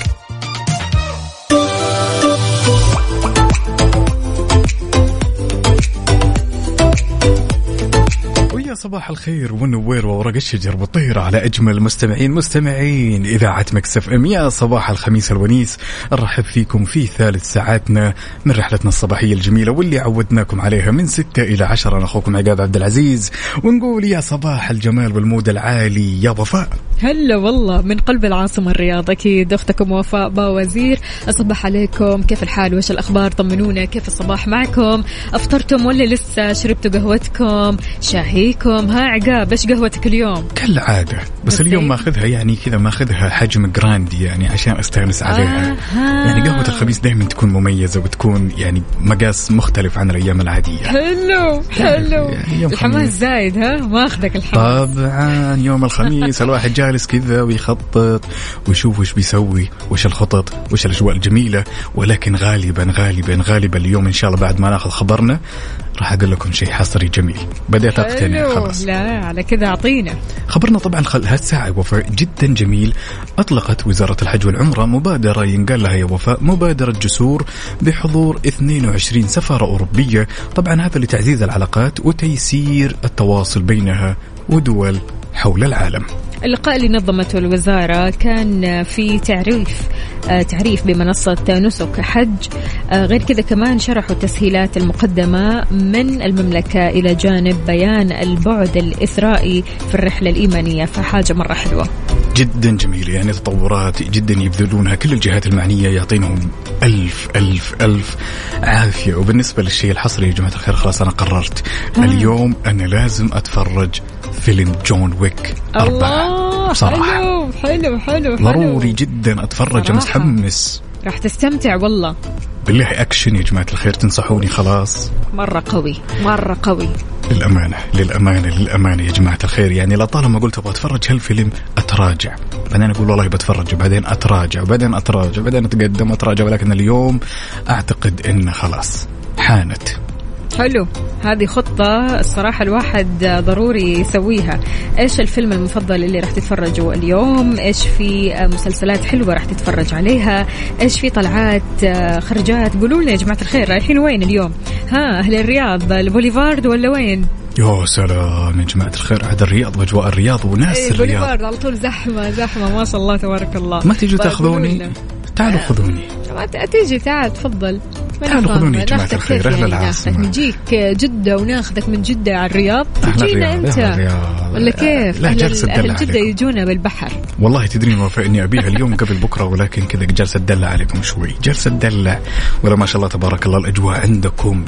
يا صباح الخير والنوير وورق الشجر والطير على أجمل مستمعين مستمعين إذاعة ميكس اف ام. يا صباح الخميس الونيس، نرحب فيكم في ثالث ساعاتنا من رحلتنا الصباحية الجميلة واللي عودناكم عليها من ستة إلى عشرة. أنا أخوكم عقاب عبد العزيز، ونقول يا صباح الجمال والمود العالي يا وفاء. هلا والله من قلب العاصمة الرياض، أكيد أختكم وفاء باوزير. أصبح عليكم، كيف الحال وش الأخبار؟ طمنونا كيف الصباح معكم؟ أفطرتم ولا لسه؟ شربتوا قهوتكم شاهيكم؟ ها عقاب ايش قهوتك اليوم؟ كالعادة، بس اليوم ماخذها يعني كذا ماخذها حجم جراندي يعني عشان استانس عليها. آه يعني قهوة الخميس دائما تكون مميزة وتكون يعني مقاس مختلف عن الأيام العادية. حلو حلو يعني الحماس زايد. ها ماخذك الحماس طبعا. يوم الخميس الواحد جالس كذا ويخطط ويشوف وش بيسوي، وش الخطط، وش الأجواء الجميلة. ولكن غالبا غالبا غالبا اليوم إن شاء الله بعد ما ناخذ خبرنا راح أقول لكم شيء حصري جميل. بدأت أقتنع خلاص. لا على كذا أعطينا خبرنا. طبعا هالساعة وفاء جدا جميل. أطلقت وزارة الحج والعمرة مبادرة ينقال لها يا وفاء مبادرة جسور بحضور اثنين وعشرين سفارة أوروبية. طبعا هذا لتعزيز العلاقات وتيسير التواصل بينها ودول حول العالم. اللقاء اللي نظمته الوزارة كان في تعريف تعريف بمنصة نسك حج. غير كذا كمان شرحوا التسهيلات المقدمة من المملكة إلى جانب بيان البعد الإثرائي في الرحلة الإيمانية، فحاجة مرة حلوة جدا جميلة. يعني تطورات جدا يبذلونها كل الجهات المعنية، يعطينهم ألف ألف ألف عافية. وبالنسبة للشيء الحصري يا جماعة الخير، خلاص أنا قررت آه. اليوم أنا لازم أتفرج فيلم جون ويك أربعة بصراحة. حلو حلو حلو ضروري جدا أتفرج، متحمس، راح تستمتع والله. بالله أكشن يا جماعة الخير، تنصحوني خلاص. مرة قوي مرة قوي للأمانة للأمانة للأمانة يا جماعة الخير. يعني لطالما قلت أبغى أتفرج هالفيلم أتراجع، بعدين أقول والله بتفرج، بعدين أتراجع، بعدين أتراجع، بعدين أتقدم أتراجع. ولكن اليوم أعتقد إن خلاص حانت. حلو، هذه خطة الصراحة الواحد ضروري يسويها. إيش الفيلم المفضل اللي راح تتفرجوا اليوم؟ إيش في مسلسلات حلوة راح تتفرج عليها؟ إيش في طلعات خرجات؟ قولوا لنا يا جماعة الخير، رايحين وين اليوم؟ ها أهل الرياض، البوليفارد ولا وين؟ يا سلام يا جماعة الخير، هذا الرياض وأجواء الرياض وناس إيه الرياض. البوليفارد على طول زحمة زحمة ما شاء الله تبارك الله. ما تيجوا تاخذوني؟ تعالوا خذوني. ما تيجي، تعال تفضل. تعالوا خذوني يا جماعة الخير، أهل العاصمة. نجيك جدة وناخذك من جدة على الرياض، تجينا أنت ولا كيف؟ لا جالس أدلع عليكم. جدة يجونا بالبحر. والله تدرين وفاء إني أبيها اليوم قبل بكرة، ولكن كذا جالس أدلع عليكم شوي، جالس أدلع. ولا ما شاء الله تبارك الله الأجواء عندكم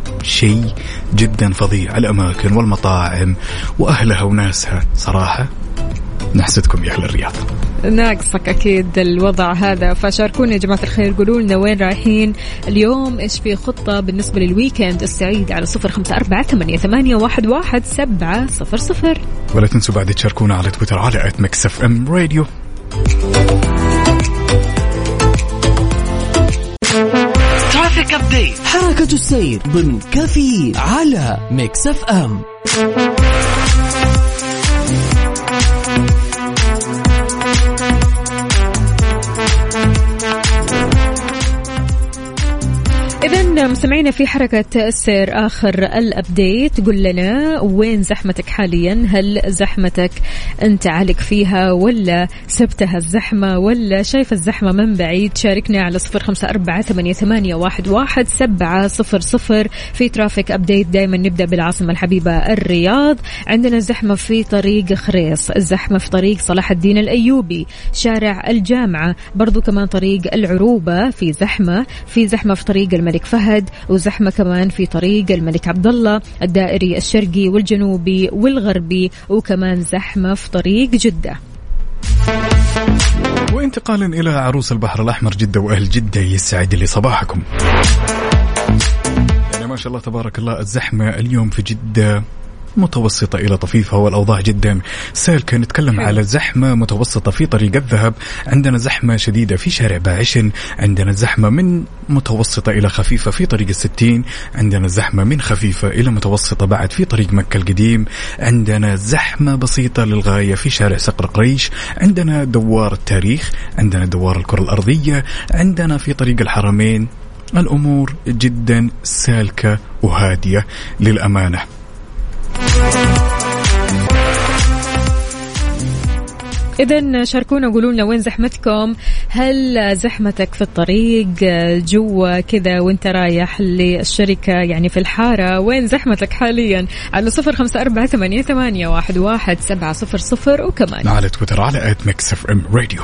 شيء جدا فظيع، الأماكن والمطاعم وأهلها وناسها صراحة نحسدكم يا أهل الرياض. ناقصك أكيد الوضع هذا. فشاركونا يا جماعة الخير، قولوا لنا وين رايحين اليوم، إيش في خطة بالنسبة للويكند السعيد على صفر خمسة أربعة ثمانية ثمانية واحد واحد سبعة صفر صفر. ولا تنسوا بعد تشاركونا على تويتر على آت ميكس اف ام راديو. ترافيك أبديت، حركة السير ضمن كافيين على ميكس اف ام. إذن مستمعينا في حركة السير آخر الأبديت، قل لنا وين زحمتك حاليا؟ هل زحمتك أنت عالق فيها ولا سبتها الزحمة ولا شايف الزحمة من بعيد؟ شاركنا على صفر خمسة أربعة ثمانية ثمانية واحد واحد سبعة صفر صفر. في ترافيك أبديت دايما نبدأ بالعاصمة الحبيبة الرياض. عندنا زحمة في طريق خريص، الزحمة في طريق صلاح الدين الأيوبي، شارع الجامعة، برضو كمان طريق العروبة في زحمة، في زحمة في طريق الملك فهد، وزحمة كمان في طريق الملك عبدالله، الدائري الشرقي والجنوبي والغربي، وكمان زحمة في طريق جدة. وانتقالا إلى عروس البحر الأحمر جدة وأهل جدة، يسعد لي صباحكم. يعني ما شاء الله تبارك الله الزحمة اليوم في جدة متوسطة إلى طفيفة، والأوضاع جدا سالكة. نتكلم على زحمة متوسطة في طريق الذهب، عندنا زحمة شديدة في شارع باعشن، عندنا زحمة من متوسطة إلى خفيفة في طريق الستين، عندنا زحمة من خفيفة إلى متوسطة بعد في طريق مكة القديم، عندنا زحمة بسيطة للغاية في شارع صقر قريش، عندنا دوار التاريخ، عندنا دوار الكرة الأرضية، عندنا في طريق الحرمين. الأمور جدا سالكة وهادية للأمانة. إذن شاركونا وقولوا لنا وين زحمتكم، هل زحمتك في الطريق جوا كذا وانت رايح للشركة يعني في الحارة، وين زحمتك حاليا؟ على صفر خمسة أربعة ثمانية ثمانية واحد واحد سبعة صفر صفر، وكمان على تويتر على آت ميكس اف ام راديو.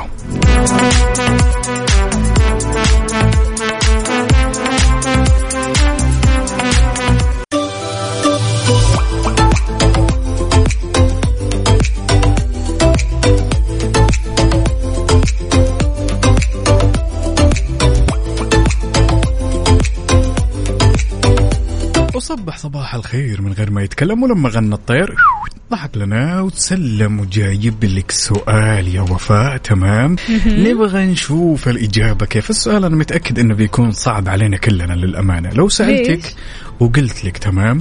وصبح صباح الخير من غير ما يتكلم، ولما غنى الطير ضحك لنا وتسلم وجايب لك سؤال يا وفاء. تمام، نبغى نشوف الإجابة كيف. السؤال أنا متأكد إنه بيكون صعب علينا كلنا للأمانة. لو سألتك وقلت لك تمام،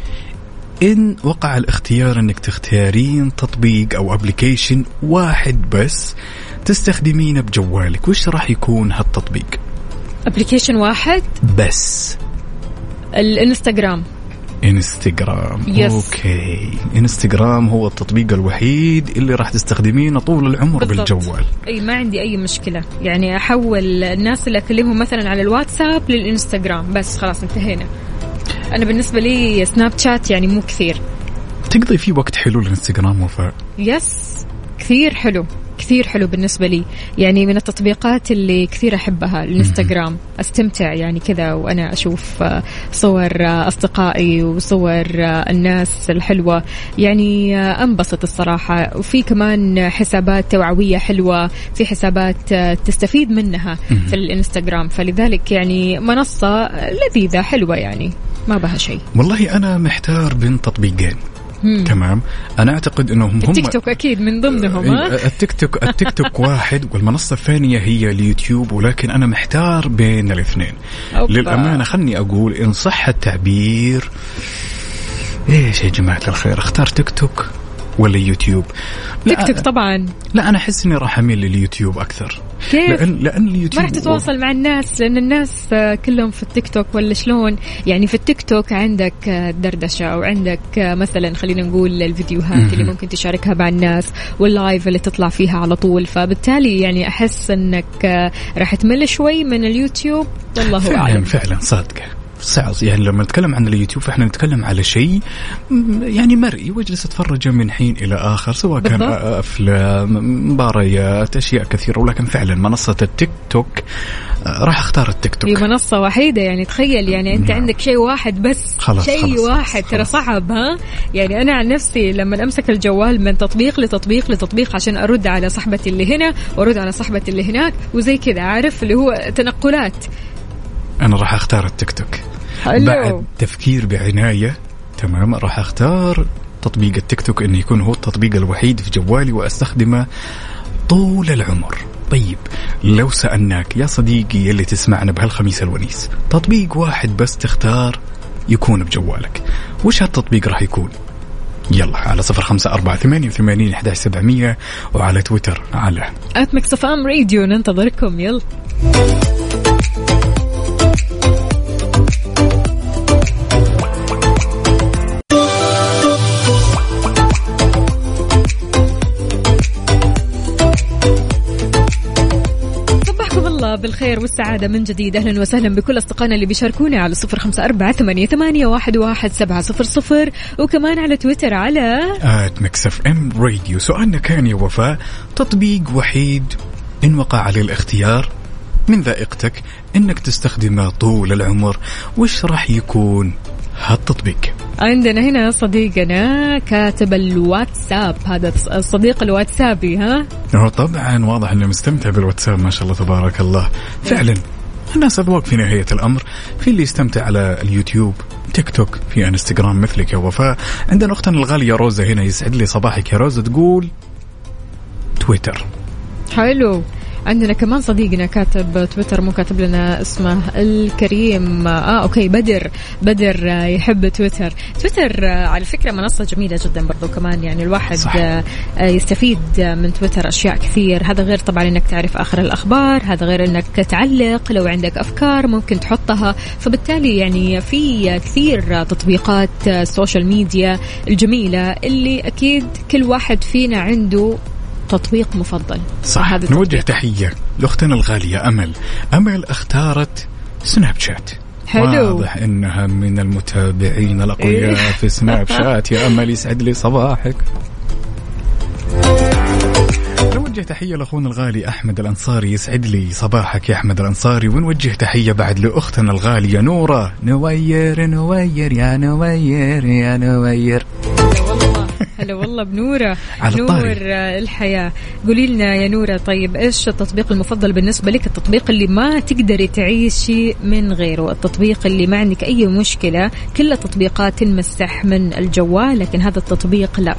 إن وقع الاختيار إنك تختارين تطبيق أو أبليكيشن واحد بس تستخدمينه بجوالك، وش راح يكون هالتطبيق؟ أبليكيشن واحد بس. الانستغرام. انستغرام يس. اوكي، انستغرام هو التطبيق الوحيد اللي راح تستخدمينه طول العمر بالضبط. بالجوال. اي ما عندي اي مشكله، يعني احول الناس اللي اكلمهم مثلا على الواتساب للانستغرام بس، خلاص انتهينا. انا بالنسبه لي سناب شات يعني مو كثير. تقضي فيه وقت حلو الانستغرام وفاء؟ يس كثير حلو، كثير حلو بالنسبة لي، يعني من التطبيقات اللي كثير أحبها الانستغرام. أستمتع يعني كذا وأنا أشوف صور أصدقائي وصور الناس الحلوة، يعني أنبسط الصراحة. وفي كمان حسابات توعوية حلوة، في حسابات تستفيد منها في الانستغرام، فلذلك يعني منصة لذيذة حلوة، يعني ما بها شيء. والله أنا محتار بين تطبيقين. مم. تمام، أنا أعتقد أنهم هم التيك توك أكيد من ضمنهم. ها؟ التيك توك التيك توك واحد، والمنصة الثانية هي اليوتيوب، ولكن أنا محتار بين الاثنين. أوبا. للأمانة خلني أقول إن صح التعبير، إيش يا جماعة الخير، اختار تيك توك ولا يوتيوب؟ تيك توك طبعا. لا أنا أحس إني راح أميل لليوتيوب أكثر. كيف؟ لأن لأن اليوتيوب ما راح تتواصل مع الناس، لأن الناس كلهم في التيك توك ولا شلون؟ يعني في التيك توك عندك دردشة، وعندك مثلا خلينا نقول الفيديوهات اللي ممكن تشاركها مع الناس، واللايف اللي تطلع فيها على طول، فبالتالي يعني أحس أنك راح تمل شوي من اليوتيوب. والله أعلم. فعلا صادقة. يعني لما نتكلم عن اليوتيوب فإحنا نتكلم على شيء يعني مرئي، واجلس أتفرج من حين إلى آخر، سواء كان أفلام، مباريات، أشياء كثيرة. ولكن فعلا منصة التيك توك راح أختار التيك توك. هي منصة وحيدة، يعني تخيل يعني أنت نعم. عندك شيء واحد بس، خلاص شيء خلاص واحد خلاص. ترى صعب. ها يعني أنا عن نفسي لما أمسك الجوال من تطبيق لتطبيق لتطبيق عشان أرد على صاحبتي اللي هنا وأرد على صاحبتي اللي هناك وزي كذا، عارف اللي هو تنقلات. أنا راح أختار التيك توك حلو. بعد تفكير بعناية. تمام، راح أختار تطبيق التيك توك إنه يكون هو التطبيق الوحيد في جوالي وأستخدمه طول العمر. طيب لو سألناك يا صديقي اللي تسمعنا بهالخميس الونيس، تطبيق واحد بس تختار يكون بجوالك، وش هالتطبيق راح يكون؟ يلا على صفر خمسة أربعة ثمانية وثمانين أحد عشر سبعمية، وعلى تويتر على آت ميكس اف ام راديو. ننتظركم. يلا بالخير والسعادة من جديد. أهلا وسهلا بكل أصدقائنا اللي بيشاركونا على صفر خمسة أربعة ثمانية ثمانية واحد واحد سبعة صفر صفر، وكمان على تويتر على آت ميكس اف ام راديو. سؤالنا كان يا وفاء، تطبيق وحيد إن وقع عليه الاختيار من ذائقتك إنك تستخدمه طول العمر، وش راح يكون هالتطبيق. عندنا هنا صديقنا كاتب الواتساب، هذا الصديق الواتسابي. ها هو طبعا واضح انه مستمتع بالواتساب ما شاء الله تبارك الله. فعلا الناس أذواق في نهاية الأمر، في اللي يستمتع على اليوتيوب، تيك توك، في انستغرام مثلك يا وفاء. عندنا أختنا الغالية روزة هنا، يسعد لي صباحك يا روزة، تقول تويتر. حلو. عندنا كمان صديقنا كاتب تويتر، مو كاتب لنا اسمه الكريم. اه اوكي بدر بدر يحب تويتر. تويتر على فكرة منصة جميلة جدا برضو كمان، يعني الواحد صح. يستفيد من تويتر أشياء كثير. هذا غير طبعا انك تعرف آخر الأخبار، هذا غير انك تعلق لو عندك أفكار ممكن تحطها. فبالتالي يعني في كثير تطبيقات السوشيال ميديا الجميلة اللي أكيد كل واحد فينا عنده تطبيق مفضل. صح. نوجه تحية لأختنا الغالية أمل. أمل اختارت سناب شات. حلو. واضح إنها من المتابعين الأقوياء إيه؟ في سناب شات. يا أمل يسعد لي صباحك. نوجه تحية لأخونا الغالي أحمد الأنصاري، يسعد لي صباحك يا أحمد الأنصاري. ونوجه تحية بعد لأختنا الغالية نورة. نوير نوير يا نوير يا نوير. هلا والله بنورة. نور الحياة. قولي لنا يا نورة، طيب إيش التطبيق المفضل بالنسبة لك؟ التطبيق اللي ما تقدري تعيشي من غيره، التطبيق اللي ما عندك أي مشكلة، كل التطبيقات تنمسح من الجوال لكن هذا التطبيق لا.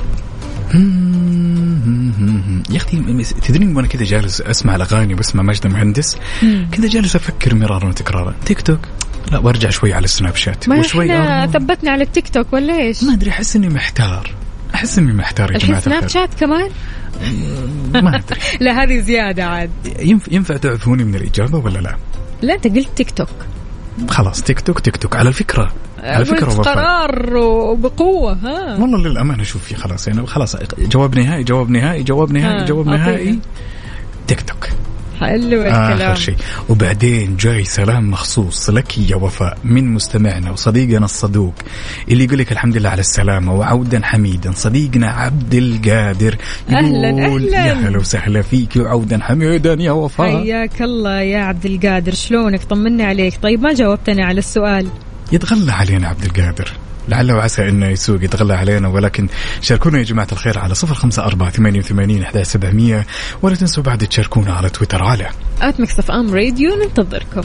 يا أختي تدرين وأنا كذا جالس أسمع الأغاني وبسمع ماجد المهندس، كذا جالس أفكر مرارا وتكرارا تيك توك، لا وارجع شوي على السناب شات، ما احنا ثبتنا على التيك توك ولا إيش؟ ما أدري، أحس إني محتار، أحس إني محتار يا جماعة الخير. سناب شات كمان؟ ما أدري. لا هذه زيادة عاد. ينفع, ينفع تعرفوني من الإجابة ولا لا؟ لا أنت قلت تيك توك. خلاص تيك توك تيك توك على الفكرة. على فكرة قرار وبقوة. ها والله للأمانة شوفي خلاص يعني خلاص جواب نهائي جواب نهائي جواب نهائي جواب نهائي تيك توك. حلو الكلام. آخر شيء. وبعدين جاي سلام مخصوص لك يا وفاء من مستمعنا وصديقنا الصدوق اللي يقول لك الحمد لله على السلامة وعودا حميدا، صديقنا عبد القادر. أهلا أهلا يا هلا وسهلا فيك وعودا حميدا يا وفاء. حياك الله يا عبد القادر، شلونك؟ طمنا عليك. طيب ما جاوبتني على السؤال. يتغلى علينا عبد القادر، لعل وعسى إنه يسوق يتغلى علينا، ولكن شاركونا يا جماعة الخير على صفر خمسة أربعة ثمانية وثمانين أحد عشر سبعمية، ولا تنسوا بعد تشاركونا على تويتر على آت ميكس إف إم راديو. ننتظركم.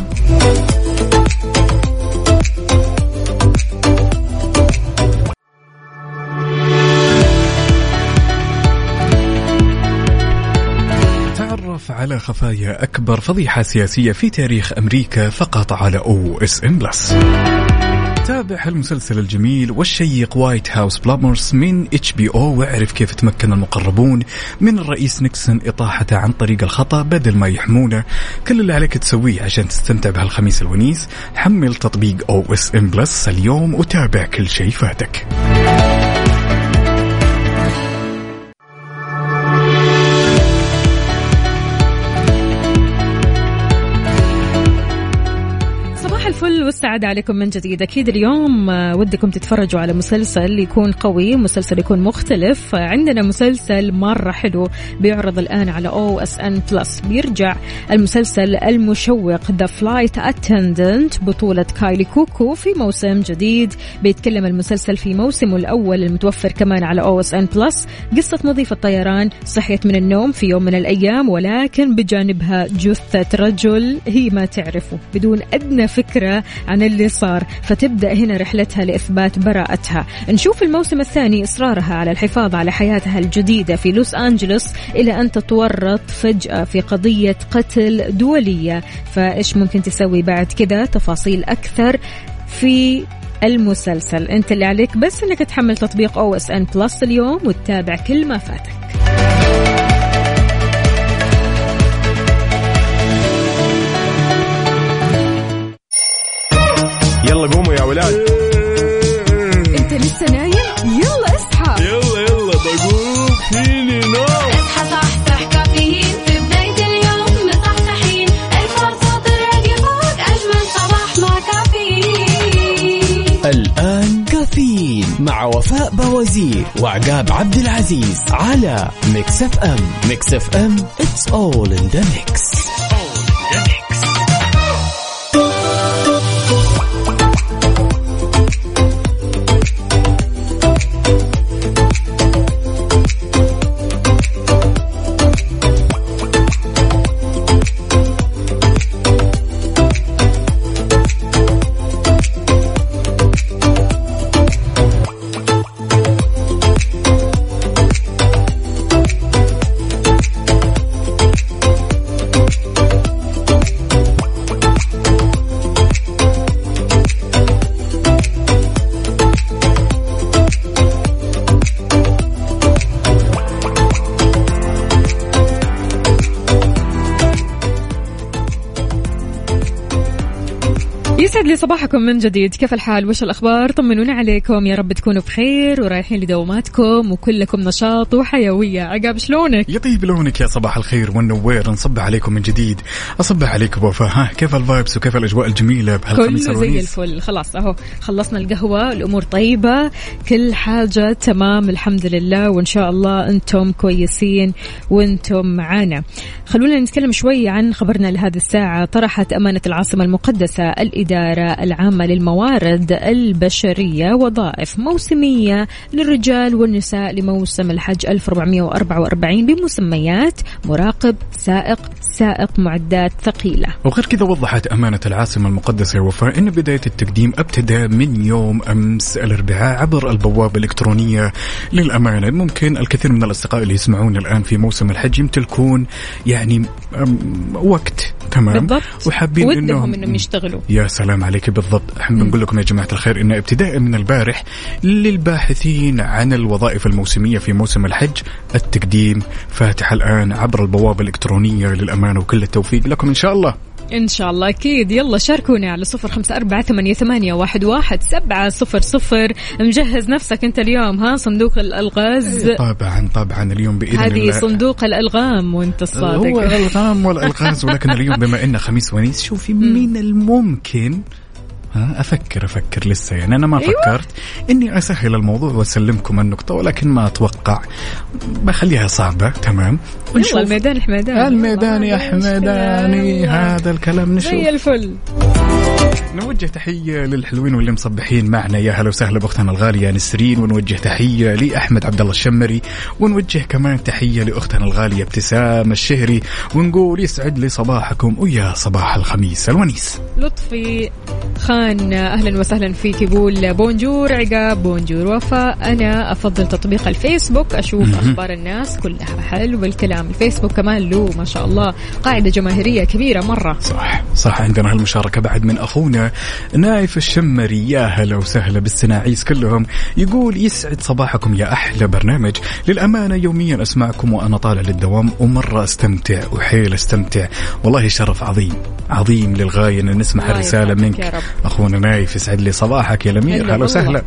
تعرف على خفايا أكبر فضيحة سياسية في تاريخ أمريكا فقط على أو إس إم بلس. تابع المسلسل الجميل والشيق وايت هاوس بلامرز من اتش بي او، واعرف كيف تمكن المقربون من الرئيس نيكسون إطاحته عن طريق الخطأ بدل ما يحمونه. كل اللي عليك تسويه عشان تستمتع بهالخميس الونيس، حمل تطبيق او اس ام بلس اليوم وتابع كل شيء فاتك. الفل والسعادة عليكم من جديد. أكيد اليوم ودكم تتفرجوا على مسلسل يكون قوي، مسلسل يكون مختلف. عندنا مسلسل مرة حلو بيعرض الآن على أو إس إن بلس. بيرجع المسلسل المشوق The Flight Attendant بطولة كايلي كوكو في موسم جديد. بيتكلم المسلسل في موسمه الأول المتوفر كمان على أو إس إن بلس. قصة مضيفة طيران صحيت من النوم في يوم من الأيام، ولكن بجانبها جثة رجل هي ما تعرفه بدون أدنى فكرة عن اللي صار، فتبدأ هنا رحلتها لإثبات براءتها. نشوف الموسم الثاني إصرارها على الحفاظ على حياتها الجديدة في لوس أنجلوس إلى أن تتورط فجأة في قضية قتل دولية. فإيش ممكن تسوي بعد كذا؟ تفاصيل أكثر في المسلسل. أنت اللي عليك بس أنك تحمل تطبيق أو إس إن بلس اليوم وتتابع كل ما فاتك. يلا قوموا يا ولاد. انت لسه نايم؟ يلا اصحى. يلا يلا بقوم فيني نوم. اصحى صحصح كافيين في بداية اليوم مصحصحين، الفرصة تراقي فوق أجمل صباح مع كافيين. الآن كافيين مع وفاء بوازير وعقاب عبد العزيز على ميكس إف إم. ميكس إف إم It's all in the mix. يسعد لي صباحكم من جديد. كيف الحال؟ وش الأخبار؟ طمنونا عليكم، يا رب تكونوا بخير ورايحين لدواماتكم وكلكم نشاط وحيوية. عقاب شلونك؟ يطيب لونك يا صباح الخير والنوير. نصب عليكم من جديد. أصبح عليكم وفاء. ها كيف الفايبس وكيف الأجواء الجميلة بهالخميس كله زي الفل. خلاص أهو خلصنا القهوة، الأمور طيبة، كل حاجة تمام الحمد لله، وإن شاء الله أنتم كويسين وأنتم معانا. خلونا نتكلم شوي عن خبرنا لهذه الساعة. طرحت أمانة العاصمة المقدسة الإدارة العامة للموارد البشرية وظائف موسمية للرجال والنساء لموسم الحج ألف وأربعمائة وأربعة وأربعين بمسميات مراقب، سائق، سائق معدات ثقيلة. وغير كذا وضحت أمانة العاصمة المقدسة وفاء أن بداية التقديم ابتدى من يوم أمس الأربعاء عبر البوابة الإلكترونية للأمانة. ممكن الكثير من الأصدقاء اللي يسمعون الآن في موسم الحج يمتلكون يعني وقت تمام بالضبط، وحابين ودهم إنهم يشتغلوا. يا سلام عليك. بالضبط. احنا بنقول لكم يا جماعة الخير إن ابتداء من البارح للباحثين عن الوظائف الموسمية في موسم الحج التقديم فاتح الآن عبر البوابة الإلكترونية للأمانة، وكل التوفيق لكم إن شاء الله. إن شاء الله أكيد. يلا شاركونا على صفر خمسة أربعة ثمانية ثمانية واحد واحد سبعة صفر صفر. مجهز نفسك أنت اليوم؟ ها صندوق الألغاز. طبعا طبعا اليوم بإذن الله. هذه صندوق الألغام وأنت الصادق. هو الألغام والألغاز، ولكن اليوم بما إنه خميس ونيس شوفي من الممكن ها أفكر أفكر لسه يعني أنا ما أيوة. فكرت إني أسهل الموضوع وأسلمكم النقطة، ولكن ما أتوقع بخليها صعبة. تمام. ونشوف الميدان حميدان. الميدان يا حميداني. هذا الكلام نشوف زي الفل. نوجه تحية للحلوين واللي مصبحين معنا. يا هلا وسهلا بأختنا الغالية نسرين، ونوجه تحية لأحمد عبد الله الشمري، ونوجه كمان تحية لأختنا الغالية ابتسام الشهري، ونقول يسعد لي صباحكم ويا صباح الخميس الونيس. لطفي خان أهلا وسهلا فيك، يقول بونجور عقاب، بونجور وفاء. أنا أفضل تطبيق الفيسبوك، أشوف م- أخبار الناس كلها حلو بالكلام. الفيسبوك كمان له ما شاء الله قاعدة جماهيرية كبيرة مرة. صح صح. عندنا هالمشاركة بعد من أخونا نايف الشمري. يا هلا وسهلا بالسناعيس كلهم، يقول يسعد صباحكم يا أحلى برنامج. للأمانة يوميا أسمعكم وأنا طالع للدوام، ومرة استمتع وحيل استمتع. والله شرف عظيم عظيم للغاية أن نسمع رسالة منك أخونا نايف. يسعد لي صباحك يا لمير. هلا وسهلا.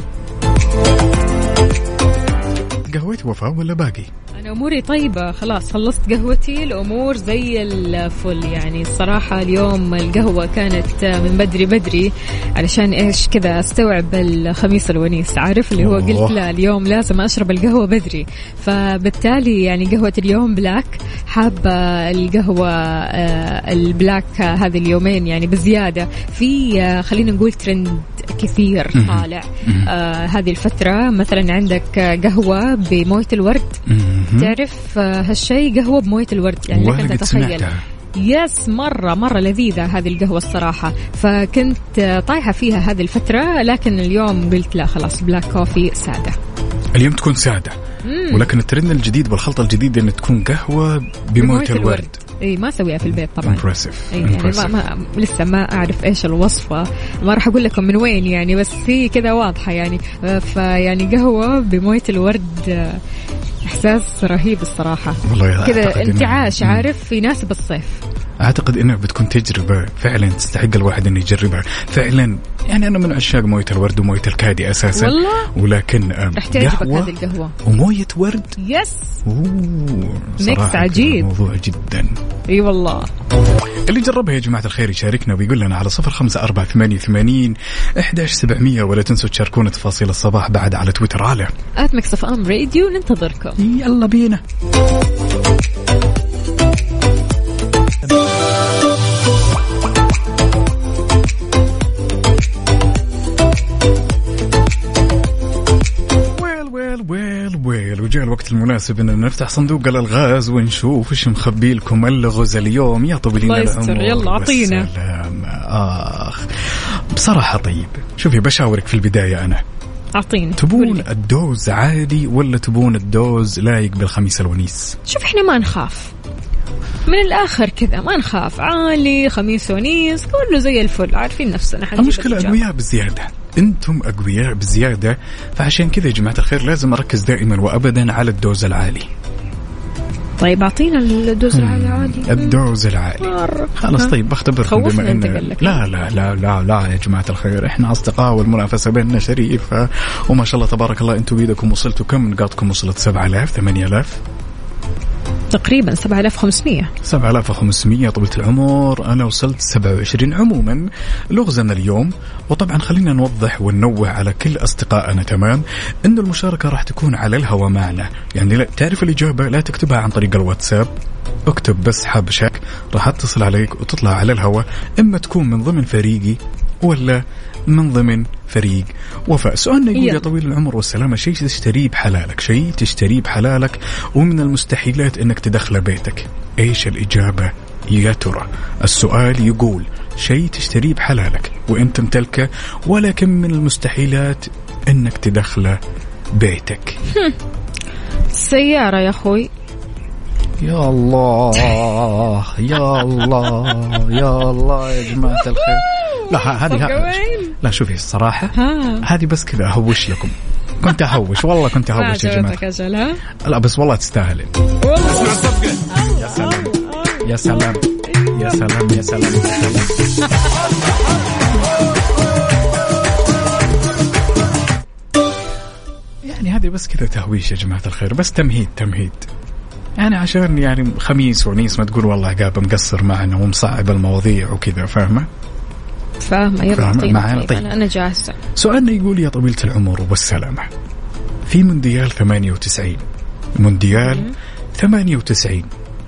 قهوتي وفاء ولا باقي؟ أنا أموري طيبة، خلاص خلصت قهوتي، الأمور زي الفل. يعني الصراحة اليوم القهوة كانت من بدري بدري علشان إيش كذا استوعب الخميس الونيس، عارف اللي هو قلت لا اليوم لازم أشرب القهوة بدري، فبالتالي يعني قهوة اليوم بلاك. حابة القهوة البلاك هذه اليومين يعني بزيادة. في خلينا نقول ترند كثير طالع آه هذه الفترة. مثلا عندك قهوة بموية الورد، تعرف هالشيء قهوة بموية الورد يعني لك أنت تتخيل. يس مرة مرة لذيذة هذه القهوة الصراحة، فكنت طايحة فيها هذه الفترة، لكن اليوم قلت لا خلاص بلاك كوفي سادة. اليوم تكون سادة. مم. ولكن الترند الجديد والخلطة الجديدة أن تكون قهوة بموية الورد. الورد اي ما اسويها في البيت طبعا. impressive. يعني ما, ما لسه ما اعرف ايش الوصفه، ما راح اقول لكم من وين يعني، بس هي كذا واضحه يعني. فيعني قهوه بمويه الورد احساس رهيب الصراحه كذا، انتعاش عارف يناسب الصيف. أعتقد إنها بتكون تجربة فعلا تستحق الواحد إنه يجربها فعلا. يعني أنا من عشاق موية الورد وموية الكادي أساسا والله، ولكن رح تعجبك هذه القهوة وموية ورد. يس أوه ميكس عجيب، موضوع جدا. اي والله. اللي جربها يا جماعة الخير يشاركنا ويقول لنا على صفر خمسة أربعة ثمانية ثمانين أحد عشر سبعمية، ولا تنسوا تشاركونا تفاصيل الصباح بعد على تويتر على آت ميكس إف إم راديو. ننتظركم. يلا بينا. ويل وجاء الوقت المناسب إننا نفتح صندوق الألغاز ونشوف إيش مخبي لكم اللغز اليوم. يا طويل العمر يلا عطينا. آخ بصراحة طيب شوفي بشاورك في البداية أنا أعطيني. تبون الدوز عادي ولا تبون الدوز لايق بالخميس الونيس؟ شوف إحنا ما نخاف من الآخر كذا، ما نخاف، عالي خميس ونيس كله زي الفل، عارفين نفسنا. المشكلة أقوياء بزيادة، أنتم أقوياء بزيادة، فعشان كذا يا جماعة الخير لازم أركز دائما وأبدا على الدوز العالي. طيب أعطينا الدوز العالي عادي. الدوز العالي خلاص. طيب بختبركم بما إن لا لا لا لا لا يا جماعة الخير، إحنا أصدقاء والمنافسة بيننا شريفة وما شاء الله تبارك الله. أنتم بيدكم وصلتوا كم؟ نقاطكم وصلت سبعة آلاف ثمانية آلاف تقريبا سبعة آلاف وخمسمية سبعة آلاف وخمسمية طويلة العمر. أنا وصلت سبعة وعشرين. عموما لغزنا اليوم، وطبعا خلينا نوضح وننوه على كل أصدقائنا تمام إنه المشاركة راح تكون على الهواء معنا. يعني لا تعرف الإجابة لا تكتبها عن طريق الواتساب، اكتب بس حاب شك، راح اتصل عليك وتطلع على الهواء. إما تكون من ضمن فريقي ولا من ضمن فريق وفاء. سؤالنا يقول يا طويل العمر والسلامة، شيء تشتريه بحلالك، شيء تشتريه بحلالك ومن المستحيلات انك تدخله بيتك، ايش الإجابة يا ترى؟ السؤال يقول شيء تشتريه بحلالك وانت تمتلكه ولكن من المستحيلات انك تدخله بيتك. سيارة يا اخوي. يا الله يا الله يا الله يا جماعة الخير. لا هذه لا شوفي الصراحة هذه بس كذا أهوش لكم. كنت أهوش والله كنت أهوش يا جماعة. لا بس والله تستاهل. يا سلام يا سلام يا سلام يا سلام يا سلام. يعني هذه بس كذا تهويش يا جماعة الخير، بس تمهيد تمهيد يعني عشان يعني خميس ونيس ما تقول والله عقاب مقصر معنا ومصعب المواضيع وكذا. فاهمة؟ فاهمة يلا طيب. طيب. أنا, أنا جاهزة. سؤالنا يقول يا طويلة العمر والسلامة، في مونديال ثمانية وتسعين مونديال ثمانية وتسعين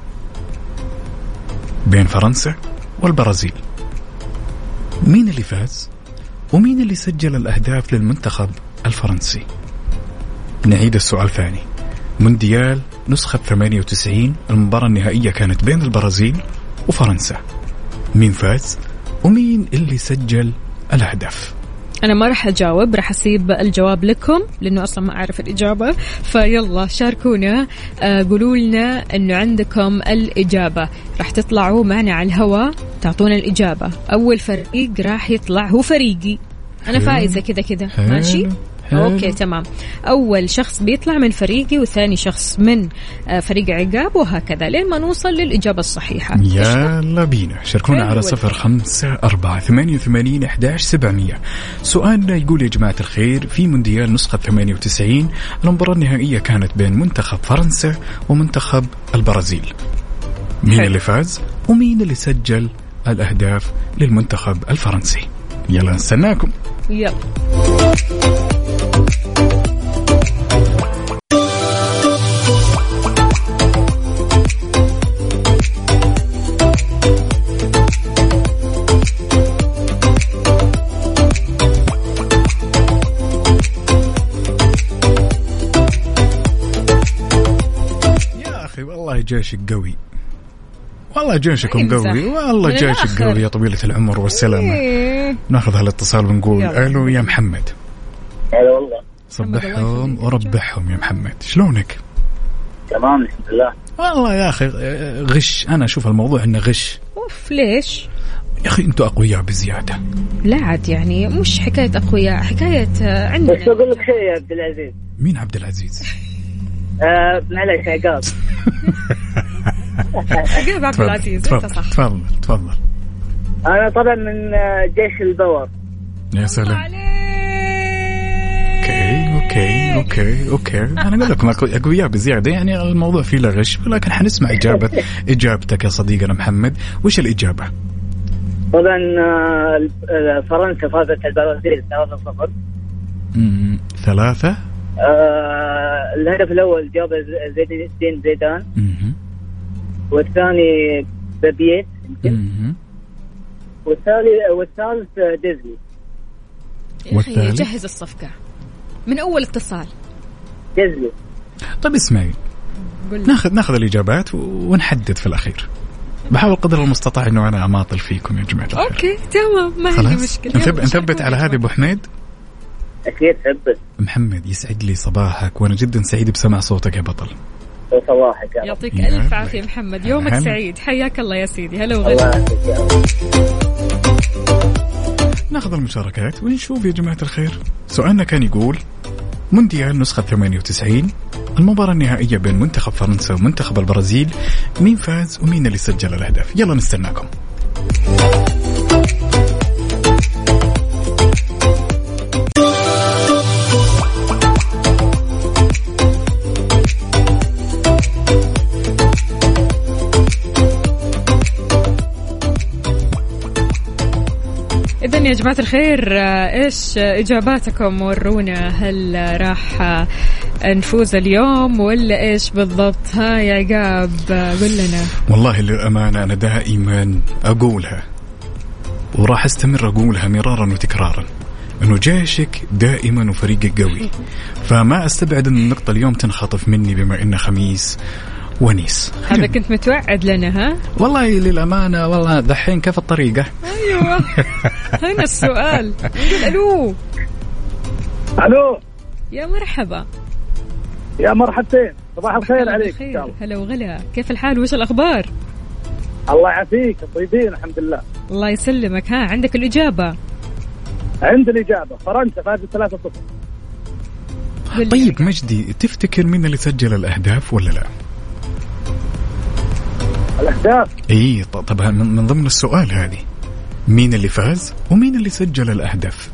بين فرنسا والبرازيل، مين اللي فاز ومين اللي سجل الأهداف للمنتخب الفرنسي؟ نعيد السؤال ثاني. مونديال نسخة ثمانية وتسعين المباراة النهائية كانت بين البرازيل وفرنسا، مين فاز ومين اللي سجل الأهداف؟ أنا ما راح أجاوب، راح أسيب الجواب لكم لأنه أصلا ما أعرف الإجابة. فيلا شاركونا، قولوا لنا أنه عندكم الإجابة، راح تطلعوا معنا على الهواء تعطونا الإجابة. أول فريق راح يطلع هو فريقي، أنا فائزة كده كده ماشي؟ أوكي تمام. أول شخص بيطلع من فريقي وثاني شخص من فريق عقاب وهكذا لين ما نوصل للإجابة الصحيحة. يلا بينا شاركونا على صفر خمسة أربعة ثمانية وثمانين أحداش سبعمية. سؤالنا يقول يا جماعة الخير، في مونديال نسخة ثمانية وتسعين المباراة النهائية كانت بين منتخب فرنسا ومنتخب البرازيل، مين حل. اللي فاز ومين اللي سجل الأهداف للمنتخب الفرنسي؟ يلا نستناكم. يلا جيشك قوي والله، جيشكم قوي والله، جيشك قوي يا طويلة العمر والسلامة. ناخذ هالاتصال ونقول الو يا محمد. هلا والله. صبحهم وربحهم يا محمد، شلونك؟ تمام الحمد لله. والله يا اخي غش، انا اشوف الموضوع انه غش. اوف ليش يا اخي؟ انتوا اقوياء بزيادة. لا عاد يعني مش حكاية اقوياء، حكاية عندنا. بس اقول لك شيء يا عبد العزيز. مين عبد العزيز؟ آه معلش عقاب. عقاب عبد العزيز. انت صح. تفضل تفضل. انا طبعا من جيش البور. يا سلام. اوكي اوكي اوكي اوكي انا اقول لكم اقوياء بزياده، يعني الموضوع فيه لغش، ولكن حنسمع اجابه اجابتك يا صديقنا محمد. وش الاجابه؟ طبعا فرنسا فازت على البرازيل ثلاثة صفر. امم ثلاثة. آه الهدف الاول جابه زيدين زيدان. امم والثاني بابيت يمكن. امم والثالث والثالث ديزني. والثالث جهز الصفقة من أول اتصال. ديزني. طيب اسمعي، ناخذ ناخذ الإجابات ونحدد في الأخير. بحاول قدر المستطاع إنه أنا أماطل فيكم يا جماعة الخير. أوكي تمام، ما عندي مشكلة. نثبت نثبت على هذه أبو حميد. أكيد ثبت. محمد يسعد لي صباحك، وأنا جدا سعيد بسمع صوتك يا بطل. صباحك يا يعطيك ألف عافية محمد، يومك هل. سعيد، حياك الله يا سيدي. هلا وغلا. ناخذ المشاركات ونشوف يا جماعة الخير. سؤالنا كان يقول مونديال نسخة ثمانية وتسعين المباراة النهائية بين منتخب فرنسا ومنتخب البرازيل، مين فاز ومين اللي سجل الأهداف؟ يلا نستناكم. إذن يا جماعة الخير، إيش إجاباتكم؟ ورونا، هل راح نفوز اليوم ولا إيش بالضبط؟ ها يا عقاب قل لنا. والله للأمانة أنا دائما أقولها وراح أستمر أقولها مرارا وتكرارا، إنه جيشك دائما وفريقك قوي، فما أستبعد أن النقطة اليوم تنخطف مني بما إنه خميس ونيس. هذا كنت متوعد لنا. ها والله للأمانة والله دحين كيف الطريقة؟ أيوة هنا السؤال. نقول ألو. الو يا مرحبا. يا مرحبتين، صباح الخير عليك. خير. هلا وغلا، كيف الحال وش الأخبار؟ الله يعافيك، طيبين الحمد لله. الله يسلمك. ها عندك الإجابة؟ عند الإجابة، فرنسا فازت ثلاثة صفر. طيب مجدي، تفتكر مين اللي سجل الأهداف ولا لا؟ الأهداف؟ إيه طبعا من ضمن السؤال هذه، مين اللي فاز ومين اللي سجل الأهداف؟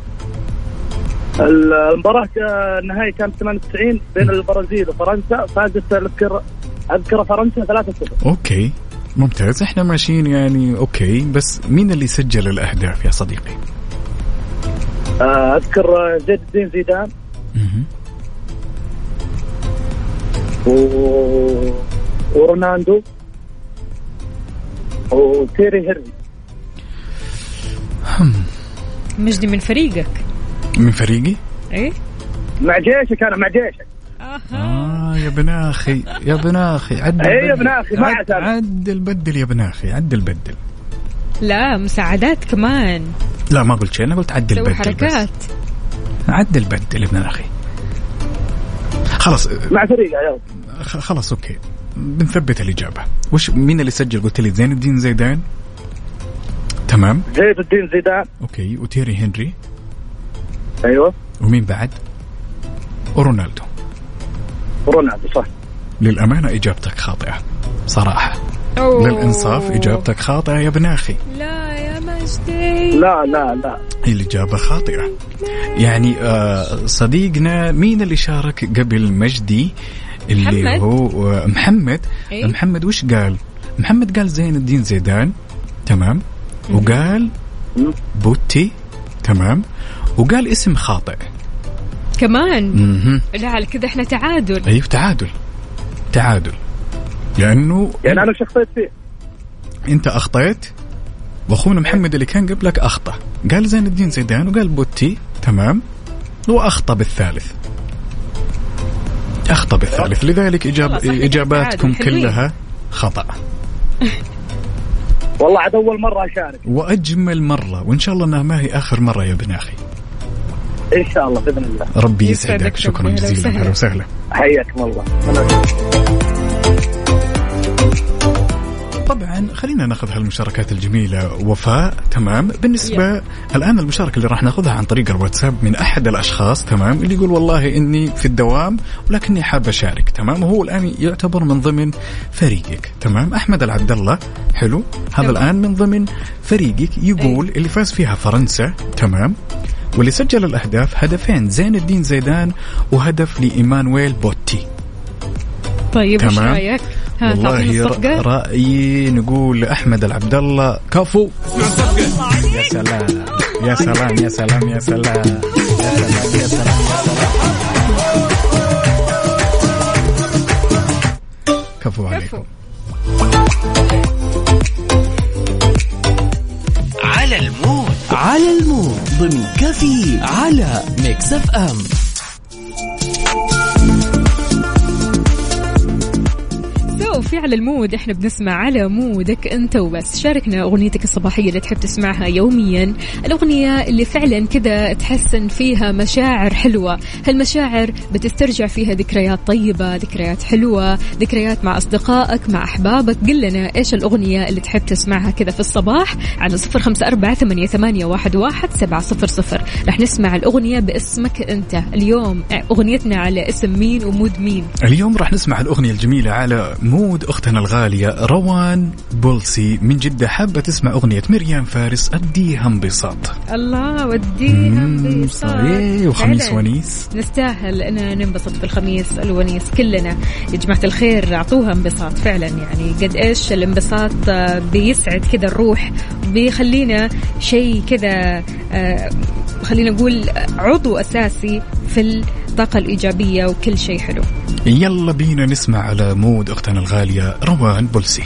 المباراة النهائي كانت ثمانية وتسعين بين البرازيل وفرنسا، فازت أذكر أذكر فرنسا ثلاثة صفر. أوكي ممتاز، إحنا ماشيين يعني أوكي، بس مين اللي سجل الأهداف يا صديقي؟ أذكر زيد الدين زيدان و... ورونالدو وتيري هنري. مجدي من فريقك؟ من فريقي؟ ايه مع جيشك. انا مع جيشك. اه يا ابن اخي يا ابن اخي عدل. ايه يا ابن اخي ما عد عدل بدل يا ابن اخي، عدل بدل. لا مساعدات كمان. لا ما قلت شيء، انا قلت عدل بدل حركات. بس عدل بدل يا ابن اخي. خلاص مع فريقه يلا. خلاص اوكي بنثبت الاجابه. وش مين اللي سجل؟ قلت لي زين الدين زيدان. تمام زيد الدين زيدان. اوكي وتيري هنري. ايوه ومين بعد؟ ورونالدو. رونالدو صح. للأمانة إجابتك خاطئة صراحة. أوه. للإنصاف إجابتك خاطئة يا ابن أخي. لا يا مجدي. لا لا لا الإجابة خاطئة. يعني آه صديقنا مين اللي شارك قبل مجدي اللي محمد. هو آه محمد. إيه؟ محمد وش قال؟ محمد قال زين الدين زيدان. تمام. وقال بوتي. تمام. وقال اسم خاطئ كمان. مم. لا على كذا احنا تعادل. أيوة تعادل تعادل لأنه يعني أنا شخصيت فيه. أنت أخطيت وأخونا محمد اللي كان قبلك أخطأ، قال زين الدين زيدان وقال بوتي. تمام. وأخطأ بالثالث أخطأ بالثالث لذلك إجاب... إجاباتكم كلها خطأ. والله عاد أول مرة أشارك وأجمل مرة، وإن شاء الله أنها ما هي آخر مرة يا ابن أخي. إن شاء الله بإذن الله. ربي يسعدك. شكرا جزيلا. أهلا وسهلا. حياكم الله. طبعا خلينا ناخذ هالمشاركات الجميلة. وفاء. تمام. بالنسبة الآن المشاركة اللي راح ناخذها عن طريق الواتساب من أحد الأشخاص. تمام. اللي يقول والله إني في الدوام ولكني حاب أشارك. تمام. وهو الآن يعتبر من ضمن فريقك. تمام. أحمد العبد الله. حلو. هذا الآن من ضمن فريقك. يقول اللي فاز فيها فرنسا. تمام. واللي سجل الأهداف هدفين زين الدين زيدان وهدف لإيمانويل بوتي. طيب ايش رايك؟ والله رأيي نقول أحمد العبد الله كفو. يا سلام يا سلام يا سلام يا سلام يا سلام. كفو عليكم. على المود على المود ضمن كفي على ميكس اف ام. في على المود، احنا بنسمع على مودك انت وبس. شاركنا اغنيتك الصباحيه اللي تحب تسمعها يوميا، الاغنيه اللي فعلا كذا تحسن فيها مشاعر حلوه، هالمشاعر بتسترجع فيها ذكريات طيبه، ذكريات حلوه، ذكريات مع اصدقائك مع احبابك. قل لنا ايش الاغنيه اللي تحب تسمعها كذا في الصباح على صفر خمسه أربعة ثمانية ثمانية واحد واحد سبعة صفر صفر. رح نسمع الاغنيه باسمك انت اليوم. اغنيتنا على اسم مين ومود مين؟ اليوم راح نسمع الأغنية الجميلة على مود أختنا الغالية روان بولسي من جدة. حابة تسمع أغنية مريم فارس أديها انبساط. الله وديها انبساط. وخميس ونيس نستاهل أن ننبسط في الخميس الونيس كلنا يا جماعة الخير. أعطوها انبساط فعلا، يعني قد إيش الانبساط بيسعد كذا الروح، بيخلينا شيء كذا، خلينا نقول عضو أساسي في الطاقة الإيجابية وكل شيء حلو. يلا بينا نسمع على مود أختنا الغالية روان بولسي.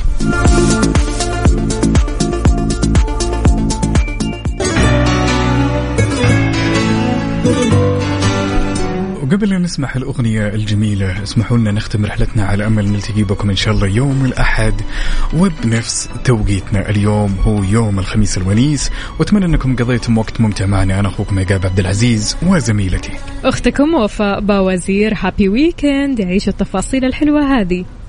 وقبل أن نسمع الأغنية الجميلة اسمحوا لنا نختم رحلتنا على أمل نلتقي بكم إن شاء الله يوم الأحد وبنفس توقيتنا. اليوم هو يوم الخميس الونيس، وأتمنى أنكم قضيتم وقت ممتع معنا. أنا أخوكم عقاب عبد العزيز وزميلتي أختكم وفاء باوزير. هابي ويكند، عيشوا التفاصيل الحلوة هذه.